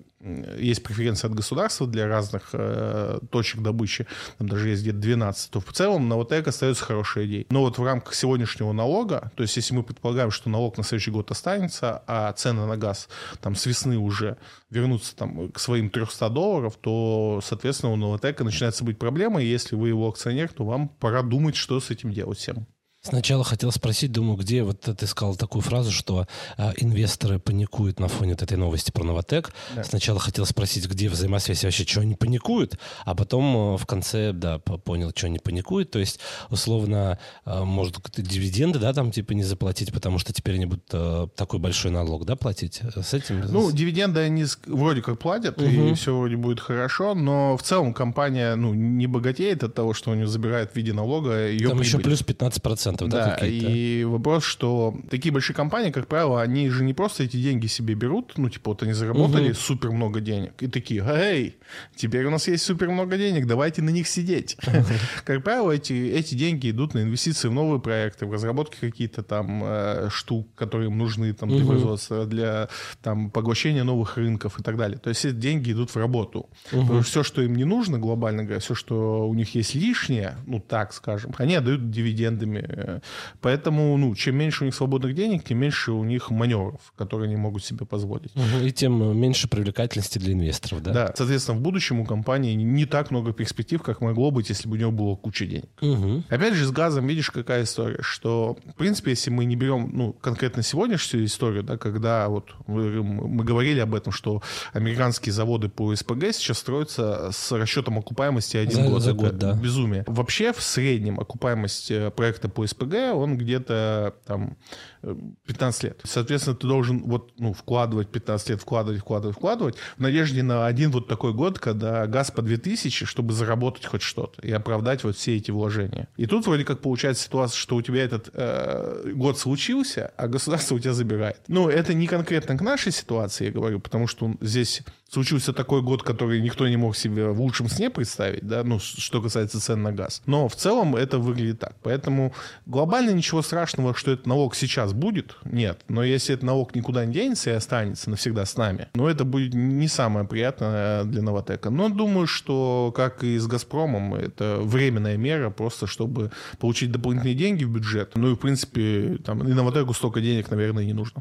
есть преференции от государства для разных э, точек добычи, там даже есть где-то двенадцать, то в целом Новатэк остается хорошей идеей. Но вот в рамках сегодняшнего налога, то есть если мы предполагаем, что налог на следующий год останется, а цены на газ там с весны уже вернутся там к своим трёмстам долларов, то, соответственно, у Новатэка начинается быть проблема, и если вы его акционер, то вам пора думать, что с этим делать всем. Сначала хотел спросить, думаю, где вот ты сказал такую фразу, что а, инвесторы паникуют на фоне вот этой новости про Новатэк. Да. Сначала хотел спросить, где взаимосвязь вообще, что они паникуют, а потом в конце, да, понял, что они паникуют. То есть, условно, может, дивиденды, да, там типа не заплатить, потому что теперь они будут а, такой большой налог, да, платить с этим? Ну, дивиденды они вроде как платят, угу. и все вроде будет хорошо, но в целом компания, ну, не богатеет от того, что у нее забирают в виде налога ее там прибыль. Еще плюс пятнадцать процентов. Да, да и вопрос, что такие большие компании, как правило, они же не просто эти деньги себе берут, ну, типа, вот они заработали угу. супер много денег, и такие, эй, теперь у нас есть супер много денег, давайте на них сидеть. Угу. Как правило, эти, эти деньги идут на инвестиции в новые проекты, в разработки какие-то там э, штук, которые им нужны там, для угу. производства, для там, поглощения новых рынков и так далее. То есть эти деньги идут в работу. Угу. Потому что все, что им не нужно, глобально говоря, все, что у них есть лишнее, ну, так скажем, они отдают дивидендами. Поэтому, ну, чем меньше у них свободных денег, тем меньше у них маневров, которые они могут себе позволить. Угу, и тем меньше привлекательности для инвесторов, да? Да. Соответственно, в будущем у компании не так много перспектив, как могло быть, если бы у него было куча денег. Угу. Опять же, с газом, видишь, какая история, что, в принципе, если мы не берем, ну, конкретно сегодняшнюю историю, да, когда вот мы, мы говорили об этом, что американские заводы по СПГ сейчас строятся с расчетом окупаемости один за, год. За год, да. Безумие. Вообще, в среднем окупаемость проекта по СПГ он где-то там пятнадцать лет. Соответственно, ты должен вот, ну, вкладывать пятнадцать лет, вкладывать, вкладывать, вкладывать в надежде на один вот такой год, когда газ по две тысячи, чтобы заработать хоть что-то и оправдать вот все эти вложения. И тут вроде как получается ситуация, что у тебя этот э, год случился, а государство у тебя забирает. Ну, это не конкретно к нашей ситуации, я говорю, потому что здесь случился такой год, который никто не мог себе в лучшем сне представить, да, ну, что касается цен на газ. Но в целом это выглядит так. Поэтому глобально ничего страшного, что этот налог сейчас будет, нет. Но если этот налог никуда не денется и останется навсегда с нами, ну, это будет не самое приятное для Новатэка. Но думаю, что, как и с «Газпромом», это временная мера, просто чтобы получить дополнительные деньги в бюджет. Ну и, в принципе, там, и Новатэку столько денег, наверное, не нужно.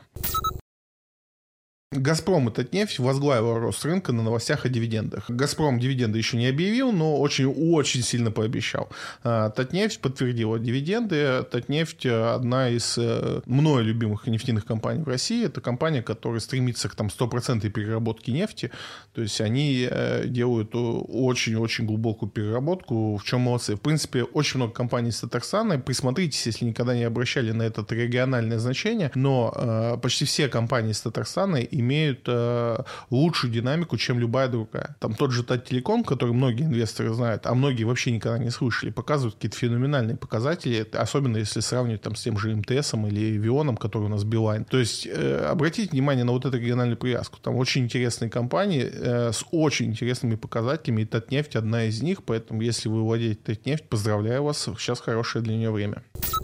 «Газпром» и «Татнефть» возглавил рост рынка на новостях о дивидендах. «Газпром» дивиденды еще не объявил, но очень-очень сильно пообещал. «Татнефть» подтвердила дивиденды. «Татнефть» — одна из мной любимых нефтяных компаний в России. Это компания, которая стремится к там, стопроцентной переработке нефти. То есть они делают очень-очень глубокую переработку, в чем молодцы. В принципе, очень много компаний из Татарстана. Присмотритесь, если никогда не обращали на это региональное значение, но почти все компании из Татарстана имеют э, лучшую динамику, чем любая другая. Там тот же Таттелеком, который многие инвесторы знают, а многие вообще никогда не слышали, показывают какие-то феноменальные показатели, особенно если сравнивать там, с тем же МТСом или Вионом, который у нас Билайн. То есть э, обратите внимание на вот эту региональную привязку. Там очень интересные компании э, с очень интересными показателями, и Татнефть одна из них, поэтому если вы владеете Татнефть, поздравляю вас, сейчас хорошее для нее время.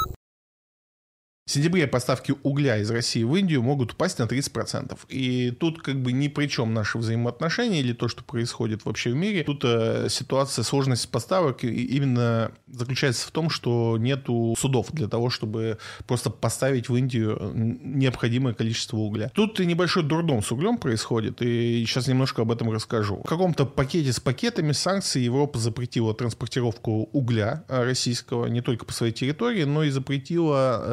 В сентябре поставки угля из России в Индию могут упасть на тридцать процентов. И тут как бы ни при чем наши взаимоотношения или то, что происходит вообще в мире. Тут э, ситуация, сложность поставок именно заключается в том, что нету судов для того, чтобы просто поставить в Индию необходимое количество угля. Тут небольшой дурдом с углем происходит, и сейчас немножко об этом расскажу. В каком-то пакете с пакетами санкций Европа запретила транспортировку угля российского не только по своей территории, но и запретила э, страхование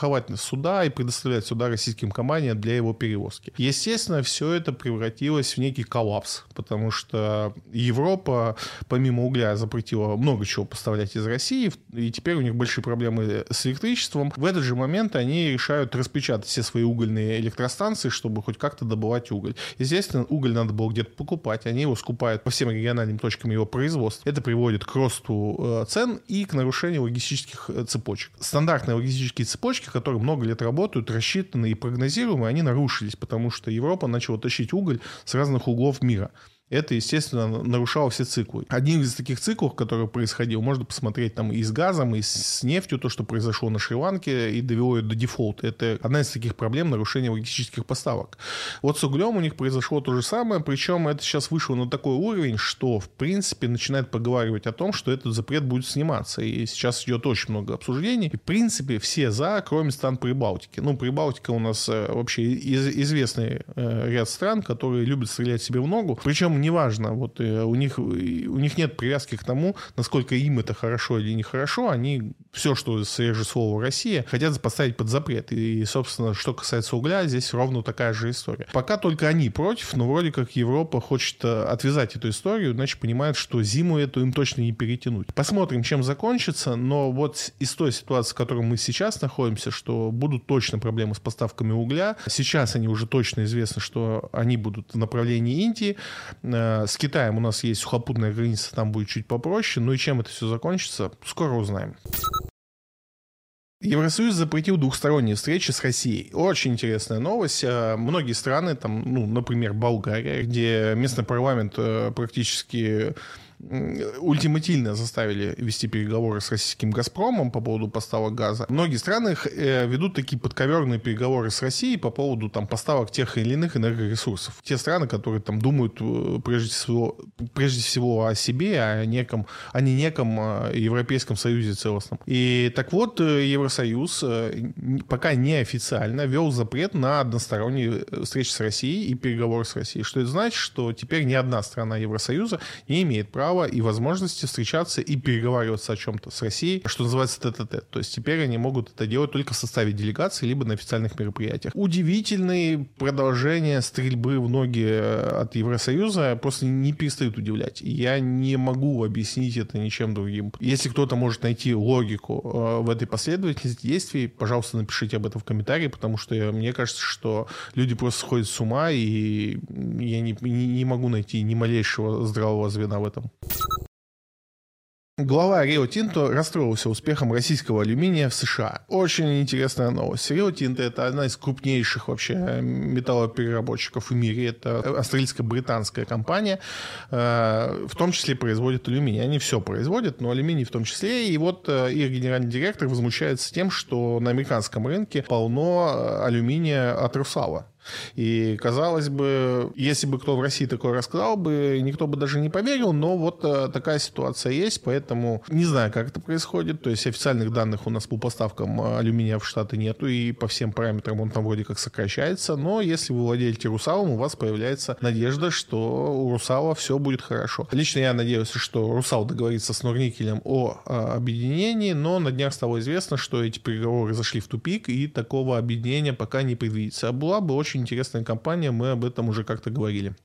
страховать суда и предоставлять суда российским компаниям для его перевозки. Естественно, все это превратилось в некий коллапс, потому что Европа, помимо угля, запретила много чего поставлять из России, и теперь у них большие проблемы с электричеством. В этот же момент они решают распечатать все свои угольные электростанции, чтобы хоть как-то добывать уголь. Естественно, уголь надо было где-то покупать, они его скупают по всем региональным точкам его производства. Это приводит к росту э, цен и к нарушению логистических э, цепочек. Стандартные логистические цепочки, которые много лет работают, рассчитаны и прогнозируемы, они нарушились, потому что Европа начала тащить уголь с разных углов мира. Это, естественно, нарушало все циклы. Одним из таких циклов, который происходил, можно посмотреть там и с газом, и с нефтью, то, что произошло на Шри-Ланке и довело ее до дефолта. Это одна из таких проблем нарушения логистических поставок. Вот с углем у них произошло то же самое, причем это сейчас вышло на такой уровень, что, в принципе, начинает поговаривать о том, что этот запрет будет сниматься. И сейчас идет очень много обсуждений. И, в принципе, все за, кроме стран Прибалтики. Ну, Прибалтика у нас вообще из- известный ряд стран, которые любят стрелять себе в ногу. Причем неважно, вот у них, у них нет привязки к тому, насколько им это хорошо или нехорошо. Они все, что среже слова «Россия», хотят поставить под запрет. И, собственно, что касается угля, здесь ровно такая же история. Пока только они против, но вроде как Европа хочет отвязать эту историю, иначе понимает, что зиму эту им точно не перетянуть. Посмотрим, чем закончится, но вот из той ситуации, в которой мы сейчас находимся, что будут точно проблемы с поставками угля. Сейчас они уже точно известно, что они будут в направлении Индии. С Китаем у нас есть сухопутная граница, там будет чуть попроще. Ну и чем это все закончится, скоро узнаем. Евросоюз запретил двухсторонние встречи с Россией. Очень интересная новость. Многие страны, там, ну, например, Болгария, где местный парламент практически ультимативно заставили вести переговоры с российским «Газпромом» по поводу поставок газа. Многие страны э, ведут такие подковерные переговоры с Россией по поводу там, поставок тех или иных энергоресурсов. Те страны, которые там думают прежде всего, прежде всего о себе, о неком, а не неком Европейском Союзе целостном. И так вот, Евросоюз пока неофициально ввел запрет на односторонние встречи с Россией и переговоры с Россией. Что это значит? Что теперь ни одна страна Евросоюза не имеет права и возможности встречаться и переговариваться о чем-то с Россией, что называется тет-а-тет. То есть теперь они могут это делать только в составе делегации, либо на официальных мероприятиях. Удивительные продолжения стрельбы в ноги от Евросоюза просто не перестают удивлять. Я не могу объяснить это ничем другим. Если кто-то может найти логику в этой последовательности действий, пожалуйста, напишите об этом в комментарии, потому что мне кажется, что люди просто сходят с ума, и я не, не, не могу найти ни малейшего здравого звена в этом. Глава Рио Тинто расстроился успехом российского алюминия в США. Очень интересная новость. Рио Тинто — это одна из крупнейших вообще металлопереработчиков в мире. Это австралийско-британская компания, в том числе производит алюминий. Они все производят, но алюминий в том числе. И вот их генеральный директор возмущается тем, что на американском рынке полно алюминия от «Русала». И, казалось бы, если бы кто в России такое рассказал бы, никто бы даже не поверил, но вот а, такая ситуация есть, поэтому не знаю, как это происходит. То есть официальных данных у нас по поставкам алюминия в Штаты нету, и по всем параметрам он там вроде как сокращается, но если вы владеете «Русалом», у вас появляется надежда, что у «Русала» все будет хорошо. Лично я надеюсь, что «Русал» договорится с Норникелем о а, объединении, но на днях стало известно, что эти переговоры зашли в тупик, и такого объединения пока не предвидится. А была бы очень интересная компания, мы об этом уже как-то говорили.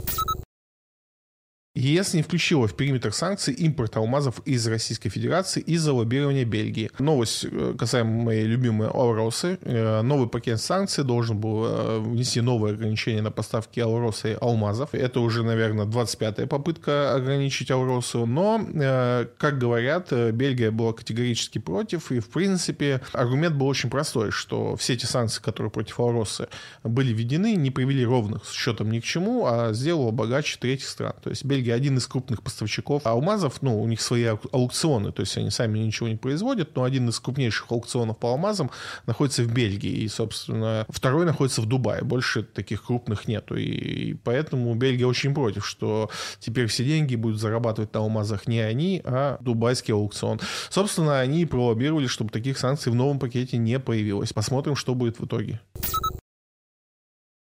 ЕС не включила в периметр санкций импорт алмазов из Российской Федерации из-за лоббирования Бельгии. Новость касаемо моей любимой Алросы. Новый пакет санкций должен был внести новые ограничения на поставки Алросы алмазов. Это уже, наверное, двадцать пятая попытка ограничить Алросу. Но, как говорят, Бельгия была категорически против. И, в принципе, аргумент был очень простой, что все эти санкции, которые против Алросы были введены, не привели ровных счетом ни к чему, а сделала богаче третьих стран. То есть Бельгия один из крупных поставщиков алмазов, ну, у них свои аукционы, то есть они сами ничего не производят, но один из крупнейших аукционов по алмазам находится в Бельгии, и, собственно, второй находится в Дубае, больше таких крупных нету, и поэтому Бельгия очень против, что теперь все деньги будут зарабатывать на алмазах не они, а дубайский аукцион. Собственно, они пролоббировали, чтобы таких санкций в новом пакете не появилось. Посмотрим, что будет в итоге.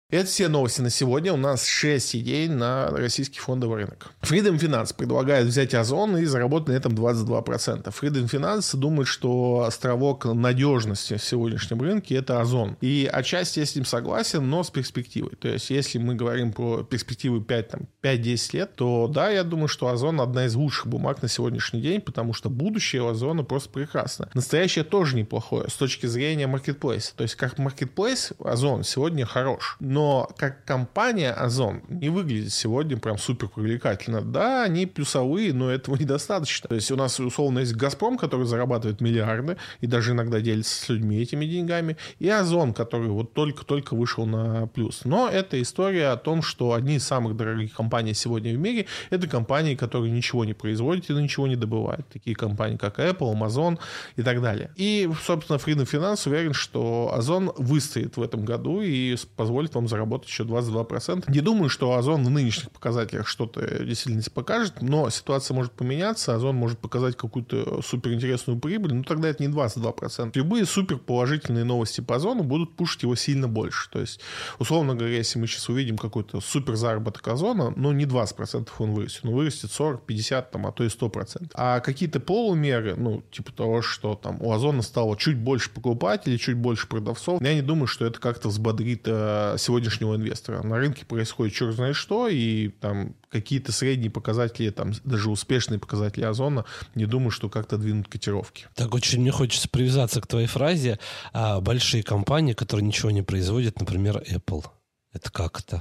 Это все новости на сегодня. У нас шесть идей на российский фондовый рынок. Freedom Finance предлагает взять Озон и заработать на этом двадцать два процента. Freedom Finance думает, что островок надежности в сегодняшнем рынке – это Озон. И отчасти я с ним согласен, но с перспективой. То есть, если мы говорим про перспективы пять-десять лет, то да, я думаю, что Озон – одна из лучших бумаг на сегодняшний день, потому что будущее у Озона просто прекрасно. Настоящее тоже неплохое с точки зрения маркетплейса. То есть, как маркетплейс Озон сегодня хорош. Но как компания Озон не выглядит сегодня прям супер привлекательно. Да, они плюсовые, но этого недостаточно. То есть у нас условно есть Газпром, который зарабатывает миллиарды и даже иногда делится с людьми этими деньгами, и Озон, который вот только-только вышел на плюс. Но это история о том, что одни из самых дорогих компаний сегодня в мире — это компании, которые ничего не производят и ничего не добывают. Такие компании, как Apple, Amazon и так далее. И, собственно, Freedom Finance уверен, что Озон выстоит в этом году и позволит вам заработать еще двадцать два процента. Не думаю, что Озон в нынешних показателях что-то действительно покажет, но ситуация может поменяться, Озон может показать какую-то суперинтересную прибыль, но тогда это не двадцать два процента. Любые суперположительные новости по Озону будут пушить его сильно больше. То есть, условно говоря, если мы сейчас увидим какой-то супер заработок Озона, ну, не двадцать процентов он вырастет, но вырастет сорок, пятьдесят, там, а то и сто процентов. А какие-то полумеры, ну, типа того, что там у Озона стало чуть больше покупателей, чуть больше продавцов, я не думаю, что это как-то взбодрит э, сегодняшнего инвестора. На рынке происходит черт знает что, и там какие-то средние показатели, там даже успешные показатели Озона, не думаю, что как-то двинут котировки. Так очень мне хочется привязаться к твоей фразе. А большие компании, которые ничего не производят, например, Apple. Это как это?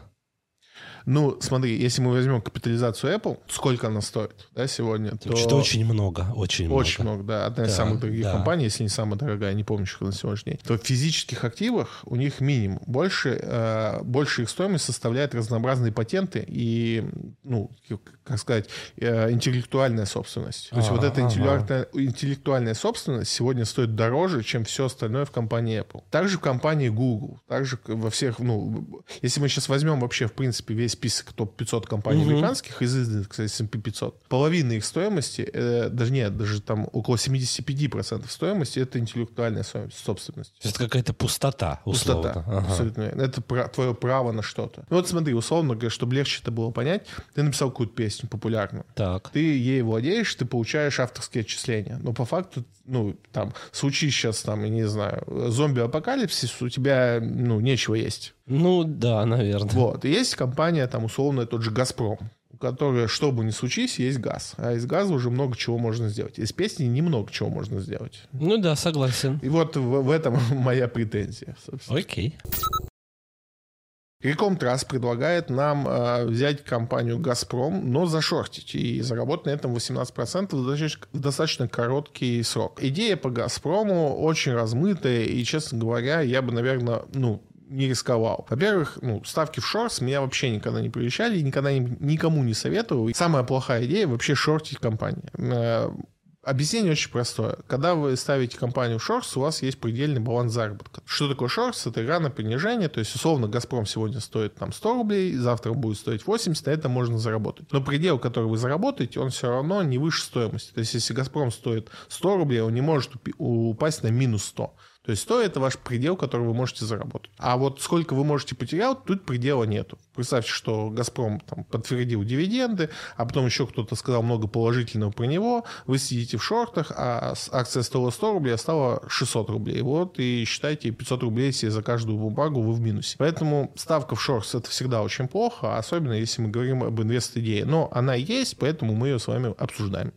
Ну, смотри, если мы возьмем капитализацию Apple, сколько она стоит, да, сегодня, то... Что очень много, очень много. Очень много, да. Одна из да, самых дорогих да. компаний, если не самая дорогая, не помню, что на сегодняшний день. То в физических активах у них минимум. Больше, э, больше их стоимость составляет разнообразные патенты и, ну, как сказать, э, интеллектуальная собственность. То есть а, вот эта интеллектуальная, интеллектуальная собственность сегодня стоит дороже, чем все остальное в компании Apple. Также в компании Google, также во всех, ну, если мы сейчас возьмем вообще, в принципе, весь список топ пятьсот компаний mm-hmm. американских из индекса эс энд пи пятьсот. Половина их стоимости, э, даже нет, даже там около семьдесят пять процентов стоимости — это интеллектуальная собственность. Это какая-то пустота, условно. Пустота, ага. абсолютно верно. Это про, твое право на что-то. Ну вот смотри, условно говоря, чтобы легче это было понять, ты написал какую-то песню популярную. Так. Ты ей владеешь, ты получаешь авторские отчисления. Но по факту, ну, там, случись сейчас, там, я не знаю, зомби-апокалипсис, у тебя, ну, нечего есть. Ну, да, наверное. Вот. И есть компания, там, условно, тот же «Газпром», у которой, что бы ни случись, есть газ. А из газа уже много чего можно сделать. Из песни немного чего можно сделать. Ну да, согласен. И вот в, в этом моя претензия, собственно. Окей. Рекомтрас предлагает нам э, взять компанию «Газпром», но зашортить и заработать на этом восемнадцать процентов в достаточно, в достаточно короткий срок. Идея по «Газпрому» очень размытая, и, честно говоря, я бы, наверное, ну, не рисковал. Во-первых, ну, ставки в шортс меня вообще никогда не прельщали, и никогда никому не советовал. И самая плохая идея — вообще шортить компанию. Э, Объяснение очень простое. Когда вы ставите компанию в шортс, у вас есть предельный баланс заработка. Что такое шортс? Это игра на понижение. То есть, условно, «Газпром» сегодня стоит там сто рублей, завтра будет стоить восемьдесят, на это можно заработать. Но предел, который вы заработаете, он все равно не выше стоимости. То есть, если «Газпром» стоит сто рублей, он не может упасть на минус сто. То есть сто — это ваш предел, который вы можете заработать. А вот сколько вы можете потерять, тут предела нету. Представьте, что «Газпром» там подтвердил дивиденды, а потом еще кто-то сказал много положительного про него. Вы сидите в шортах, а акция стоила сто рублей, а стала шестьсот рублей. Вот, и считайте, пятьсот рублей себе за каждую бумагу вы в минусе. Поэтому ставка в шортс — это всегда очень плохо, особенно если мы говорим об инвест-идее. Но она есть, поэтому мы ее с вами обсуждаем.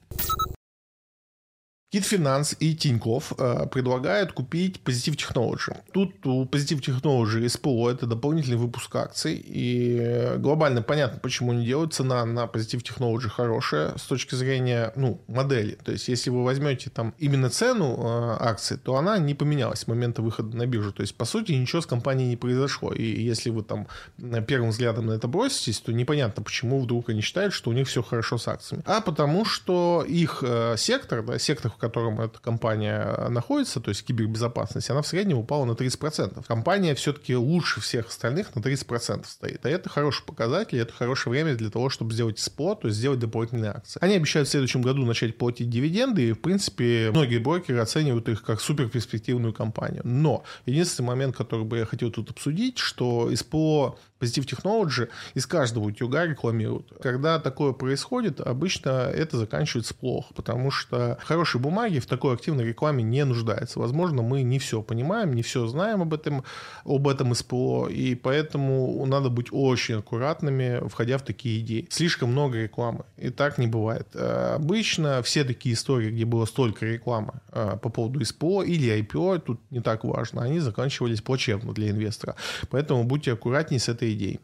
Кит Финанс и Тинькофф э, предлагают купить Positive Technology. Тут у Positive Technology эс пэ о — это дополнительный выпуск акций. И глобально понятно, почему они делают. Цена на Positive Technology хорошая с точки зрения, ну, модели. То есть, если вы возьмете там именно цену э, акций, то она не поменялась с момента выхода на биржу. То есть, по сути, ничего с компанией не произошло. И если вы там первым взглядом на это броситесь, то непонятно, почему вдруг они считают, что у них все хорошо с акциями. А потому что их э, сектор, да, сектор, в котором эта компания находится, то есть кибербезопасность, она в среднем упала на тридцать процентов. Компания все-таки лучше всех остальных на тридцать процентов стоит. А это хороший показатель, это хорошее время для того, чтобы сделать СПО, то есть сделать дополнительные акции. Они обещают в следующем году начать платить дивиденды, и, в принципе, многие брокеры оценивают их как суперперспективную компанию. Но единственный момент, который бы я хотел тут обсудить, что СПО Positive Technology из каждого утюга рекламируют. Когда такое происходит, обычно это заканчивается плохо, потому что хорошие бумаги в такой активной рекламе не нуждаются. Возможно, мы не все понимаем, не все знаем об этом, об этом СПО, и поэтому надо быть очень аккуратными, входя в такие идеи. Слишком много рекламы, и так не бывает. Обычно все такие истории, где было столько рекламы по поводу СПО или ай пи о, тут не так важно, они заканчивались плачевно для инвестора. Поэтому будьте аккуратнее с этой идей.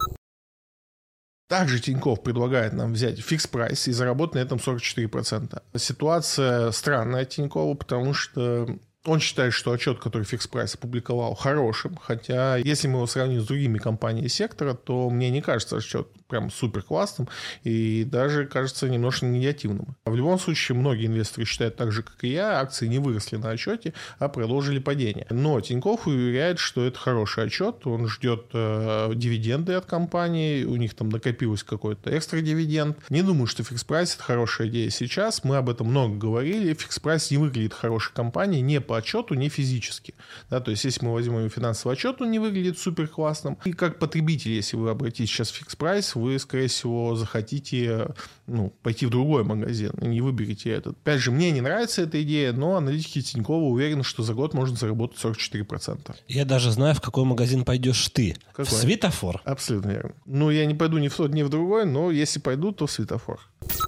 Также Тинькофф предлагает нам взять фикс-прайс и заработать на этом сорок четыре процента. Ситуация странная Тинькова, потому что он считает, что отчет, который фикс-прайс опубликовал, хорошим, хотя если мы его сравним с другими компаниями сектора, то мне не кажется отчет прям супер классным и даже кажется немножко негативным. В любом случае, многие инвесторы считают так же, как и я, акции не выросли на отчете, а продолжили падение. Но Тинькофф уверяет, что это хороший отчет, он ждет э, дивиденды от компании, у них там накопилось какой-то экстра дивиденд. Не думаю, что фикс-прайс это хорошая идея сейчас, мы об этом много говорили, фикс-прайс не выглядит хорошей компанией не по отчету, не физически. Да, то есть, если мы возьмем финансовый отчет, он не выглядит супер классным. И как потребитель, если вы обратитесь сейчас в фикс-прайс, вы, скорее всего, захотите ну, пойти в другой магазин и не выберете этот. Опять же, мне не нравится эта идея, но аналитики Тинькова уверены, что за год можно заработать сорок четыре процента. Я даже знаю, в какой магазин пойдешь ты. Какой? В Светофор. Абсолютно верно. Ну, я не пойду ни в тот, ни в другой, но если пойду, то в Светофор.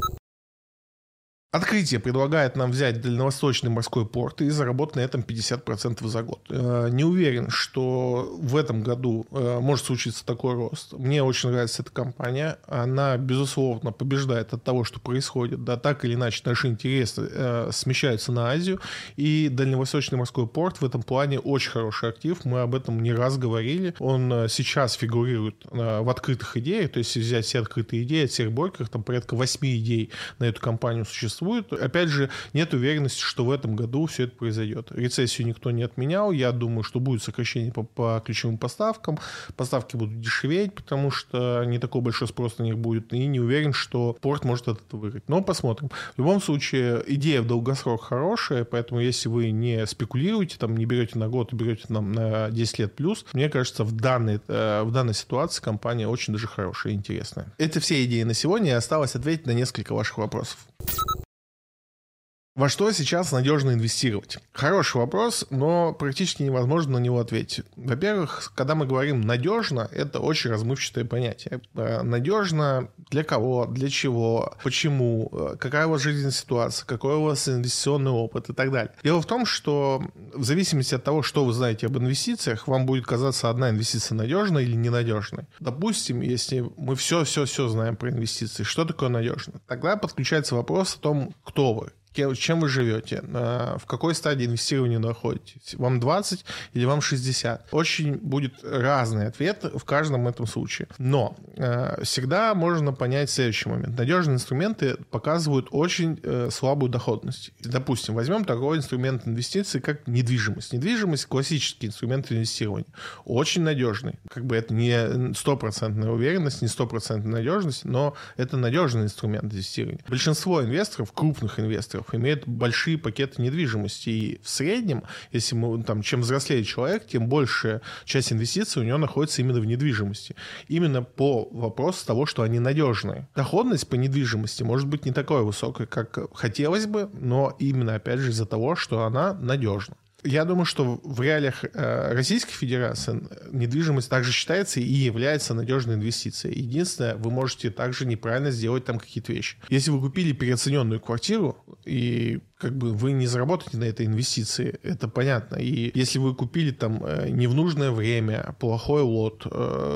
Открытие предлагает нам взять дальневосточный морской порт и заработать на этом пятьдесят процентов за год. Не уверен, что в этом году может случиться такой рост. Мне очень нравится эта компания. Она, безусловно, побеждает от того, что происходит. Да, так или иначе, наши интересы смещаются на Азию. И дальневосточный морской порт в этом плане очень хороший актив. Мы об этом не раз говорили. Он сейчас фигурирует в открытых идеях. То есть, если взять все открытые идеи от всех брокеров, там порядка восьми идей на эту компанию существует. Опять же, нет уверенности, что в этом году все это произойдет. Рецессию никто не отменял. Я думаю, что будет сокращение по, по ключевым поставкам. Поставки будут дешеветь, потому что не такой большой спрос на них будет. И не уверен, что порт может от этого выиграть. Но посмотрим. В любом случае, идея в долгосрок хорошая, поэтому если вы не спекулируете, там, не берете на год, берете нам на десять лет плюс, мне кажется, в данной, в данной ситуации компания очень даже хорошая и интересная. Это все идеи на сегодня. Осталось ответить на несколько ваших вопросов. Во что сейчас надежно инвестировать? Хороший вопрос, но практически невозможно на него ответить. Во-первых, когда мы говорим «надежно», это очень размывчатое понятие. Надежно для кого, для чего, почему, какая у вас жизненная ситуация, какой у вас инвестиционный опыт и так далее. Дело в том, что в зависимости от того, что вы знаете об инвестициях, вам будет казаться одна инвестиция надежной или ненадежной. Допустим, если мы все-все-все знаем про инвестиции, что такое надежно? Тогда подключается вопрос о том, кто вы. Чем вы живете, в какой стадии инвестирования находитесь, вам двадцать или вам шестьдесят. Очень будет разный ответ в каждом этом случае. Но э, всегда можно понять следующий момент. Надежные инструменты показывают очень э, слабую доходность. Допустим, возьмем такой инструмент инвестиций, как недвижимость. Недвижимость – классический инструмент инвестирования. Очень надежный. Как бы это не стопроцентная уверенность, не стопроцентная надежность, но это надежный инструмент инвестирования. Большинство инвесторов, крупных инвесторов, имеет большие пакеты недвижимости. И в среднем, если мы, там, чем взрослее человек, тем большая часть инвестиций у него находится именно в недвижимости. Именно по вопросу того, что они надежные. Доходность по недвижимости может быть не такой высокой, как хотелось бы, но именно, опять же, из-за того, что она надежна. Я думаю, что в реалиях э, Российской Федерации недвижимость также считается и является надежной инвестицией. Единственное, вы можете также неправильно сделать там какие-то вещи. Если вы купили переоцененную квартиру, и как бы вы не заработаете на этой инвестиции, это понятно. И если вы купили там э, не в нужное время, плохой лот, э,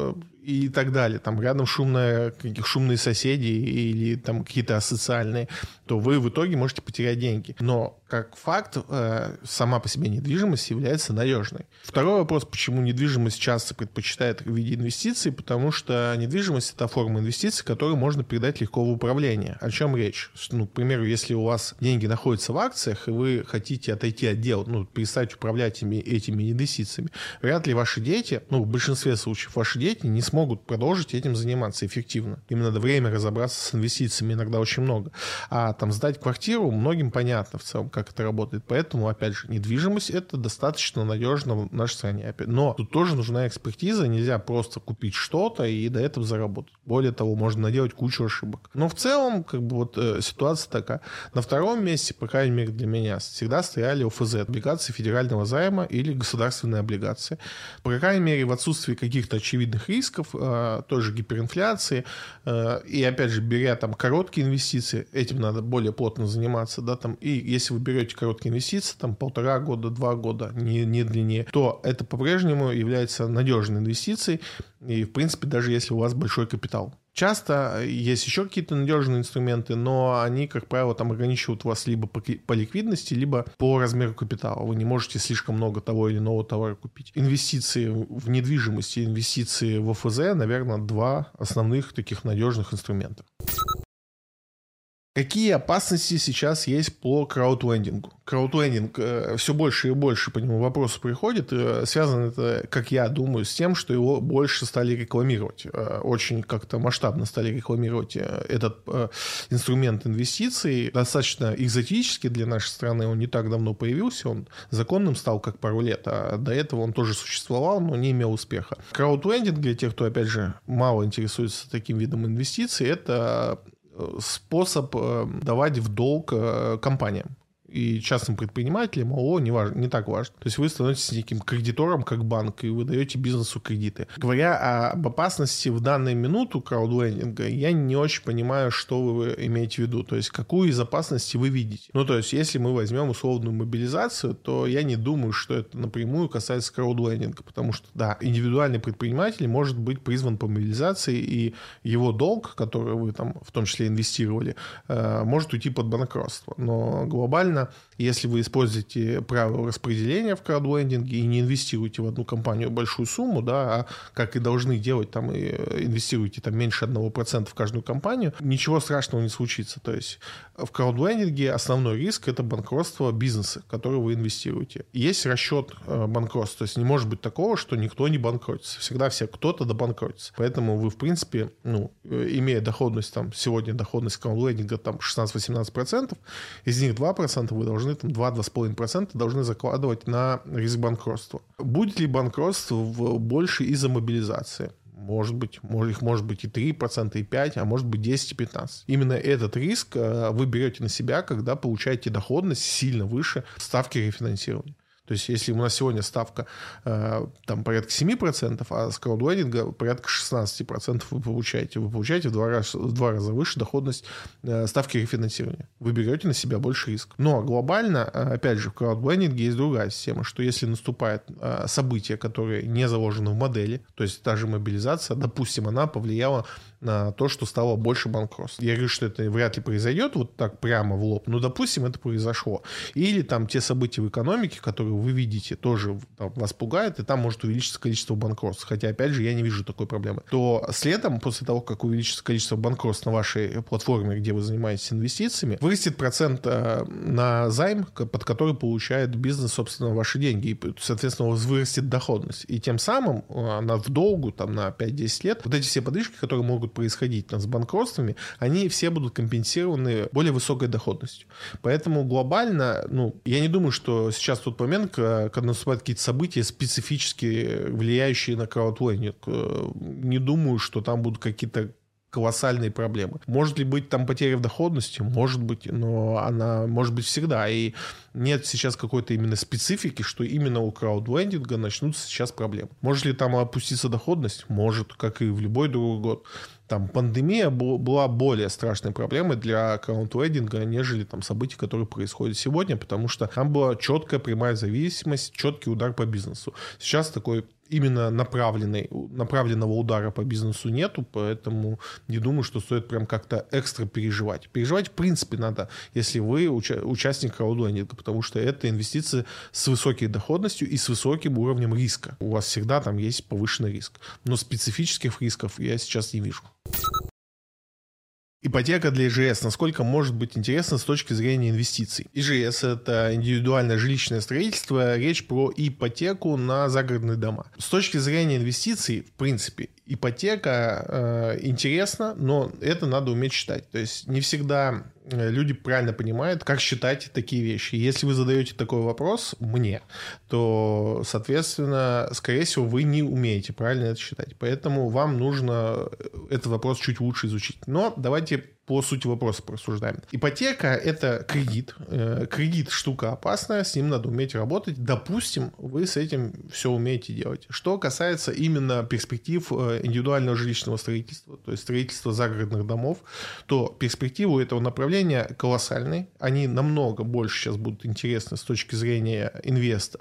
и так далее, там рядом шумная, шумные соседи или там какие-то асоциальные, то вы в итоге можете потерять деньги. Но как факт, э, сама по себе недвижимость является надежной. Второй вопрос, почему недвижимость часто предпочитают в виде инвестиций, потому что недвижимость — это форма инвестиций, которую можно передать легко в управление. О чем речь? Ну, к примеру, если у вас деньги находятся в акциях, и вы хотите отойти от дел, ну, перестать управлять этими, этими инвестициями, вряд ли ваши дети, ну, в большинстве случаев ваши дети не смогут продолжить этим заниматься эффективно. Им надо время разобраться с инвестициями, иногда очень много. А там сдать квартиру многим понятно в целом, как это работает. Поэтому, опять же, недвижимость — это достаточно надежно в нашей стране. Но тут тоже нужна экспертиза, нельзя просто купить что-то и до этого заработать. Более того, можно наделать кучу ошибок. Но в целом, как бы вот э, ситуация такая. На втором месте, по крайней мере для меня, всегда стояли ОФЗ, облигации федерального займа или государственные облигации. По крайней мере, в отсутствии каких-то очевидных рисков, э, той же гиперинфляции, э, и опять же, беря там короткие инвестиции, этим надо более плотно заниматься, да, там, и если вы берете короткие инвестиции, там полтора года, два года, не, не длиннее, то это по-прежнему является надежной инвестицией, и, в принципе, даже если у вас большой капитал. Часто есть еще какие-то надежные инструменты, но они, как правило, там ограничивают вас либо по, по ликвидности, либо по размеру капитала. Вы не можете слишком много того или иного товара купить. Инвестиции в недвижимость и инвестиции в ОФЗ, наверное, два основных таких надежных инструмента. Какие опасности сейчас есть по краудлендингу? Краудлендинг, э, все больше и больше по нему вопросов приходит. Э, связано это, как я думаю, с тем, что его больше стали рекламировать. Э, очень как-то масштабно стали рекламировать э, этот э, инструмент инвестиций. Достаточно экзотический для нашей страны. Он не так давно появился. Он законным стал как пару лет. А до этого он тоже существовал, но не имел успеха. Краудлендинг, для тех, кто, опять же, мало интересуется таким видом инвестиций, это способ давать в долг компаниям и частным предпринимателям, ООО, не, важно, не так важно. То есть вы становитесь неким кредитором, как банк, и вы даете бизнесу кредиты. Говоря об опасности в данную минуту краудлендинга, я не очень понимаю, что вы имеете в виду. То есть какую из опасностей вы видите. Ну, то есть если мы возьмем условную мобилизацию, то я не думаю, что это напрямую касается краудлендинга, потому что, да, индивидуальный предприниматель может быть призван по мобилизации, и его долг, который вы там в том числе инвестировали, может уйти под банкротство. Но глобально, если вы используете правила распределения в краудлендинге и не инвестируете в одну компанию большую сумму, да, а как и должны делать, там, и инвестируете там меньше одного процента в каждую компанию, ничего страшного не случится. То есть в краудлендинге основной риск — это банкротство бизнеса, в который вы инвестируете. Есть расчет банкротства, то есть не может быть такого, что никто не банкротится. Всегда все кто-то добанкротится. Поэтому вы, в принципе, ну, имея доходность, там, сегодня доходность краудлендинга там шестнадцать-восемнадцать процентов, из них два процента вы должны, там, два-два с половиной процента должны закладывать на риск банкротства. Будет ли банкротство в, больше из-за мобилизации? Может быть, может, их может быть и три процента, и пять процентов, а может быть десять и пятнадцать процентов. Именно этот риск вы берете на себя, когда получаете доходность сильно выше ставки рефинансирования. То есть, если у нас сегодня ставка э, там порядка семь процентов, а с краудлендинга порядка шестнадцать процентов вы получаете. Вы получаете в два раза, в два раза выше доходность э, ставки рефинансирования. Вы берете на себя больше риск. Но глобально, э, опять же, в краудлендинге есть другая система, что если наступает э, событие, которое не заложено в модели, то есть та же мобилизация, допустим, она повлияла на то, что стало больше банкротств. Я говорю, что это вряд ли произойдет вот так прямо в лоб, но, допустим, это произошло. Или там те события в экономике, которые вы видите, тоже там вас пугают, и там может увеличиться количество банкротств. Хотя, опять же, я не вижу такой проблемы. То следом, после того, как увеличится количество банкротств на вашей платформе, где вы занимаетесь инвестициями, вырастет процент на займ, под который получает бизнес, собственно, ваши деньги. И, соответственно, у вас вырастет доходность. И тем самым на в долгу, там, на пять-десять лет, вот эти все подвижки, которые могут происходить с банкротствами, они все будут компенсированы более высокой доходностью. Поэтому глобально, ну, я не думаю, что сейчас тот момент, когда наступают какие-то события, специфически влияющие на краудлендинг. Не думаю, что там будут какие-то колоссальные проблемы. Может ли быть там потеря в доходности? Может быть, но она может быть всегда. И нет сейчас какой-то именно специфики, что именно у краудлендинга начнутся сейчас проблемы. Может ли там опуститься доходность? Может, как и в любой другой год. Там пандемия была более страшной проблемой для краудлендинга, нежели там события, которые происходят сегодня, потому что там была четкая прямая зависимость, четкий удар по бизнесу. Сейчас такой именно направленной, направленного удара по бизнесу нету, поэтому не думаю, что стоит прям как-то экстра переживать. Переживать, в принципе, надо, если вы уча- участник краудлендинга, потому что это инвестиции с высокой доходностью и с высоким уровнем риска. У вас всегда там есть повышенный риск. Но специфических рисков я сейчас не вижу. Ипотека для ИЖС. Насколько может быть интересно с точки зрения инвестиций? ИЖС – это индивидуальное жилищное строительство. Речь про ипотеку на загородные дома. С точки зрения инвестиций, в принципе, ипотека э, интересна, но это надо уметь считать. То есть не всегда люди правильно понимают, как считать такие вещи. Если вы задаете такой вопрос мне, то, соответственно, скорее всего, вы не умеете правильно это считать. Поэтому вам нужно этот вопрос чуть лучше изучить. Но давайте по сути вопроса порассуждаем. Ипотека – это кредит. Кредит – штука опасная, с ним надо уметь работать. Допустим, вы с этим все умеете делать. Что касается именно перспектив индивидуального жилищного строительства, то есть строительства загородных домов, то перспективы этого направления колоссальные. Они намного больше сейчас будут интересны с точки зрения инвеста,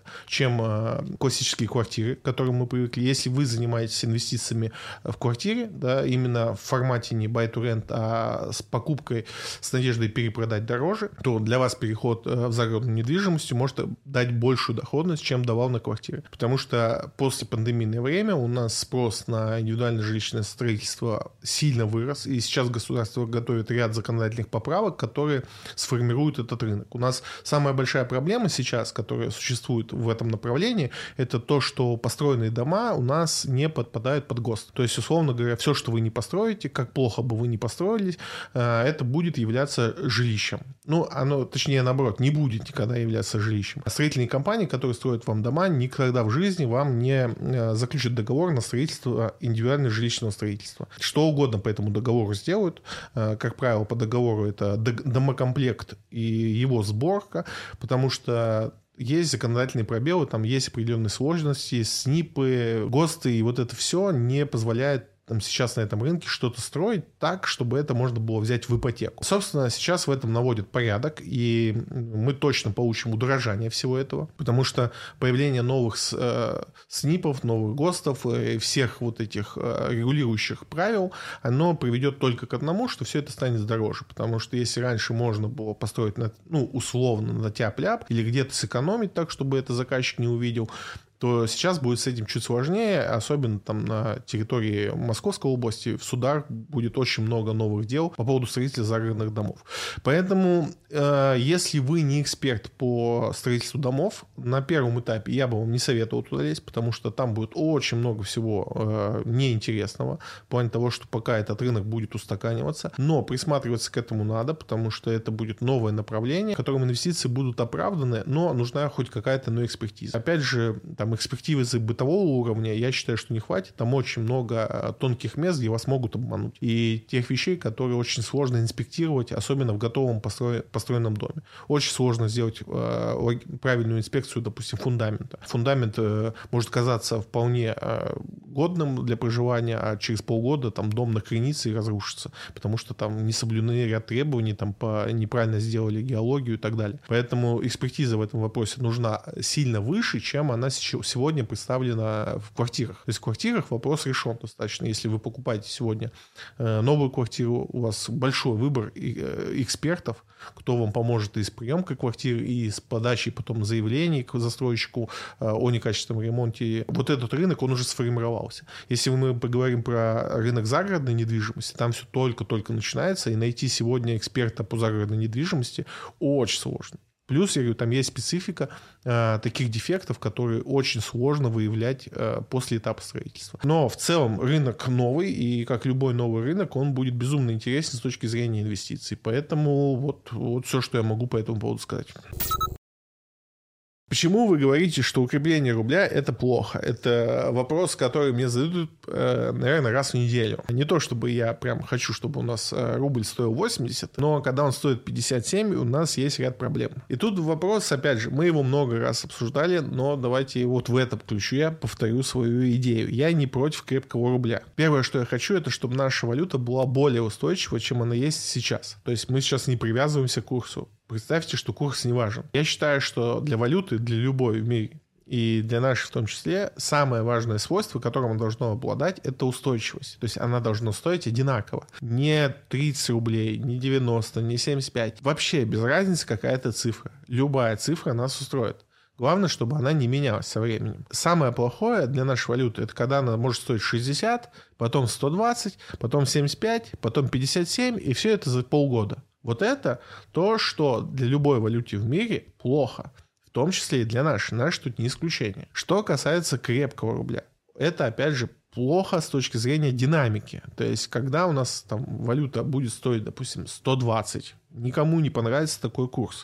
чем классические квартиры, к которым мы привыкли. Если вы занимаетесь инвестициями в квартире, да, именно в формате не buy to rent, а с покупкой с надеждой перепродать дороже, то для вас переход в загородную недвижимость может дать большую доходность, чем давал на квартире. Потому что после пандемийное время у нас спрос на индивидуальное жилищное строительство сильно вырос, и сейчас государство готовит ряд законодательных поправок, которые сформируют этот рынок. У нас самая большая проблема сейчас, которая существует в этом направлении, это то, что построенные дома у нас не подпадают под ГОСТ. То есть, условно говоря, все, что вы не построите, как плохо бы вы ни построились, это будет являться жилищем. Ну, оно, точнее, наоборот, не будет никогда являться жилищем. Строительные компании, которые строят вам дома, никогда в жизни вам не заключат договор на строительство индивидуального жилищного строительства. Что угодно по этому договору сделают. Как правило, по договору это домокомплект и его сборка, потому что есть законодательные пробелы, там есть определенные сложности, есть СНИПы, ГОСТы, и вот это все не позволяет там сейчас на этом рынке что-то строить так, чтобы это можно было взять в ипотеку. Собственно, сейчас в этом наводят порядок, и мы точно получим удорожание всего этого, потому что появление новых э, СНИПов, новых ГОСТов, и всех вот этих э, регулирующих правил, оно приведет только к одному, что все это станет дороже, потому что если раньше можно было построить, на, ну, условно, на тяп-ляп, или где-то сэкономить так, чтобы это заказчик не увидел, то сейчас будет с этим чуть сложнее, особенно там на территории Московской области в судах будет очень много новых дел по поводу строительства загородных домов. Поэтому, э, если вы не эксперт по строительству домов, на первом этапе я бы вам не советовал туда лезть, потому что там будет очень много всего э, неинтересного, в плане того, что пока этот рынок будет устаканиваться, но присматриваться к этому надо, потому что это будет новое направление, в котором инвестиции будут оправданы, но нужна хоть какая-то ну, экспертиза. Опять же, там экспертизы бытового уровня, я считаю, что не хватит. Там очень много тонких мест, где вас могут обмануть. И тех вещей, которые очень сложно инспектировать, особенно в готовом постро... построенном доме. Очень сложно сделать э, правильную инспекцию, допустим, фундамента. Фундамент э, может казаться вполне э, годным для проживания, а через полгода там дом накренится и разрушится, потому что там не соблюдены ряд требований, там по... неправильно сделали геологию и так далее. Поэтому экспертиза в этом вопросе нужна сильно выше, чем она сейчас сегодня представлена в квартирах. То есть в квартирах вопрос решен достаточно. Если вы покупаете сегодня новую квартиру, у вас большой выбор экспертов, кто вам поможет и с приемкой квартиры, и с подачей потом заявлений к застройщику о некачественном ремонте. Вот этот рынок, он уже сформировался. Если мы поговорим про рынок загородной недвижимости, там все только-только начинается, и найти сегодня эксперта по загородной недвижимости очень сложно. Плюс, я говорю, там есть специфика э, таких дефектов, которые очень сложно выявлять э, после этапа строительства. Но в целом рынок новый, и как любой новый рынок, он будет безумно интересен с точки зрения инвестиций. Поэтому вот, вот все, что я могу по этому поводу сказать. Почему вы говорите, что укрепление рубля – это плохо? Это вопрос, который мне задают, наверное, раз в неделю. Не то, чтобы я прям хочу, чтобы у нас рубль стоил восемьдесят, но когда он стоит пятьдесят семь, у нас есть ряд проблем. И тут вопрос, опять же, мы его много раз обсуждали, но давайте вот в этом ключе я повторю свою идею. Я не против крепкого рубля. Первое, что я хочу, это чтобы наша валюта была более устойчива, чем она есть сейчас. То есть мы сейчас не привязываемся к курсу. Представьте, что курс не важен. Я считаю, что для валюты, для любой в мире, и для нашей в том числе, самое важное свойство, которым оно должно обладать, это устойчивость. То есть она должна стоить одинаково. Не тридцать рублей, не девяносто, не семьдесят пять. Вообще без разницы какая-то цифра. Любая цифра нас устроит. Главное, чтобы она не менялась со временем. Самое плохое для нашей валюты, это когда она может стоить шестьдесят, потом сто двадцать, потом семьдесят пять, потом пятьдесят семь, и все это за полгода. Вот это то, что для любой валюты в мире плохо. В том числе и для нашей. Наш тут не исключение. Что касается крепкого рубля. Это, опять же, плохо с точки зрения динамики. То есть, когда у нас там валюта будет стоить, допустим, сто двадцать, никому не понравится такой курс.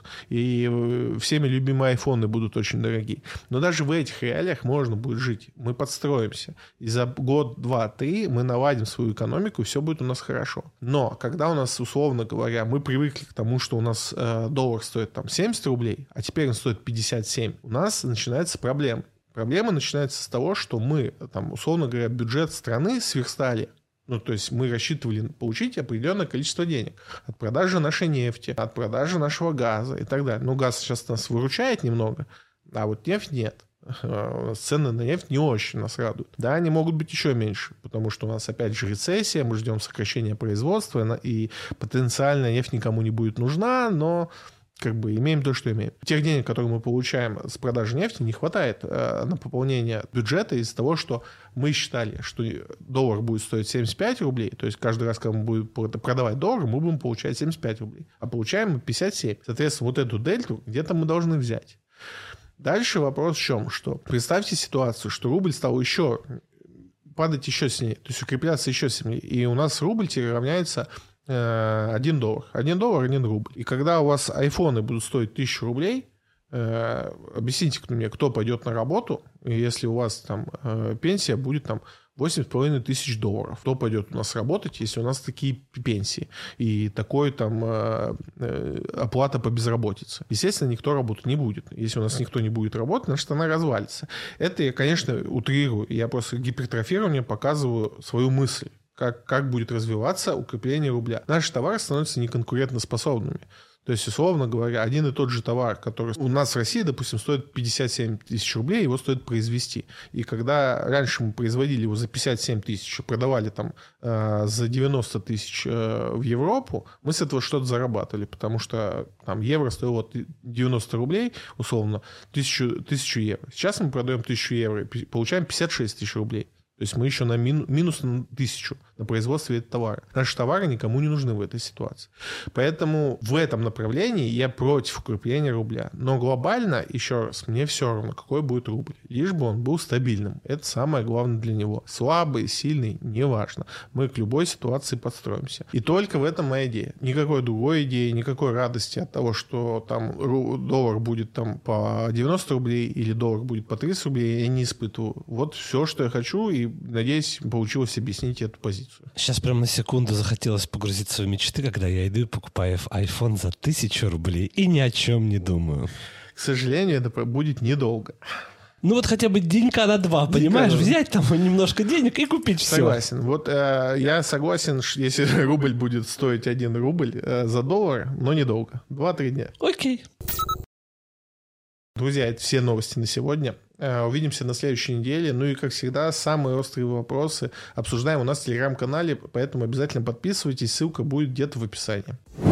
И всеми любимые айфоны будут очень дорогие. Но даже в этих реалиях можно будет жить. Мы подстроимся. И за год, два, три мы наладим свою экономику, и все будет у нас хорошо. Но когда у нас, условно говоря, мы привыкли к тому, что у нас э, доллар стоит там семьдесят рублей, а теперь он стоит пятьдесят семь, у нас начинается проблема. Проблема начинается с того, что мы, там, условно говоря, бюджет страны сверстали. Ну, то есть мы рассчитывали получить определенное количество денег от продажи нашей нефти, от продажи нашего газа и так далее. Ну, газ сейчас нас выручает немного, а вот нефть нет. Цены на нефть не очень нас радуют. Да, они могут быть еще меньше, потому что у нас опять же рецессия, мы ждем сокращения производства, и потенциально нефть никому не будет нужна, но... как бы имеем то, что имеем. Тех денег, которые мы получаем с продажи нефти, не хватает э, на пополнение бюджета из-за того, что мы считали, что доллар будет стоить семьдесят пять рублей, то есть каждый раз, когда мы будем продавать доллар, мы будем получать семьдесят пять рублей, а получаем мы пятьдесят семь. Соответственно, вот эту дельту где-то мы должны взять. Дальше вопрос в чем? Что представьте ситуацию, что рубль стал еще падать еще сильнее, то есть укрепляться еще сильнее, и у нас рубль теперь равняется один доллар. Один доллар, один рубль. И когда у вас айфоны будут стоить тысячу рублей, э, объясните мне, кто пойдет на работу, если у вас там э, пенсия будет там восемь с половиной тысяч долларов. Кто пойдет у нас работать, если у нас такие пенсии и такой там э, э, оплата по безработице? Естественно, никто работать не будет. Если у нас никто не будет работать, наша страна развалится. Это я, конечно, утрирую. Я просто гипертрофированием показываю свою мысль. Как, как будет развиваться укрепление рубля. Наши товары становятся неконкурентоспособными. То есть, условно говоря, один и тот же товар, который у нас в России, допустим, стоит пятьдесят семь тысяч рублей, его стоит произвести. И когда раньше мы производили его за пятьдесят семь тысяч, продавали там э, за девяносто тысяч э, в Европу, мы с этого что-то зарабатывали, потому что там евро стоило девяносто рублей, условно, тысячу, тысячу евро. Сейчас мы продаем тысячу евро и получаем пятьдесят шесть тысяч рублей. То есть мы еще на мин, минус на тысячу на производстве этого товара. Наши товары никому не нужны в этой ситуации. Поэтому в этом направлении я против укрепления рубля. Но глобально, еще раз, мне все равно, какой будет рубль. Лишь бы он был стабильным. Это самое главное для него. Слабый, сильный, неважно. Мы к любой ситуации подстроимся. И только в этом моя идея. Никакой другой идеи, никакой радости от того, что там доллар будет там по девяносто рублей или доллар будет по тридцать рублей, я не испытываю. Вот все, что я хочу, и надеюсь, получилось объяснить эту позицию. Сейчас прям на секунду захотелось погрузиться в мечты, когда я иду и покупаю iPhone за тысячу рублей и ни о чем не думаю. К сожалению, это будет недолго. Ну вот хотя бы денька на два, денька понимаешь? На... Взять там немножко денег и купить все. Согласен. Вот э, я согласен, если рубль будет стоить один рубль э, за доллар, но недолго. Два-три дня. Окей. Друзья, это все новости на сегодня. Увидимся на следующей неделе. Ну и, как всегда, самые острые вопросы обсуждаем у нас в Телеграм-канале, поэтому обязательно подписывайтесь, ссылка будет где-то в описании.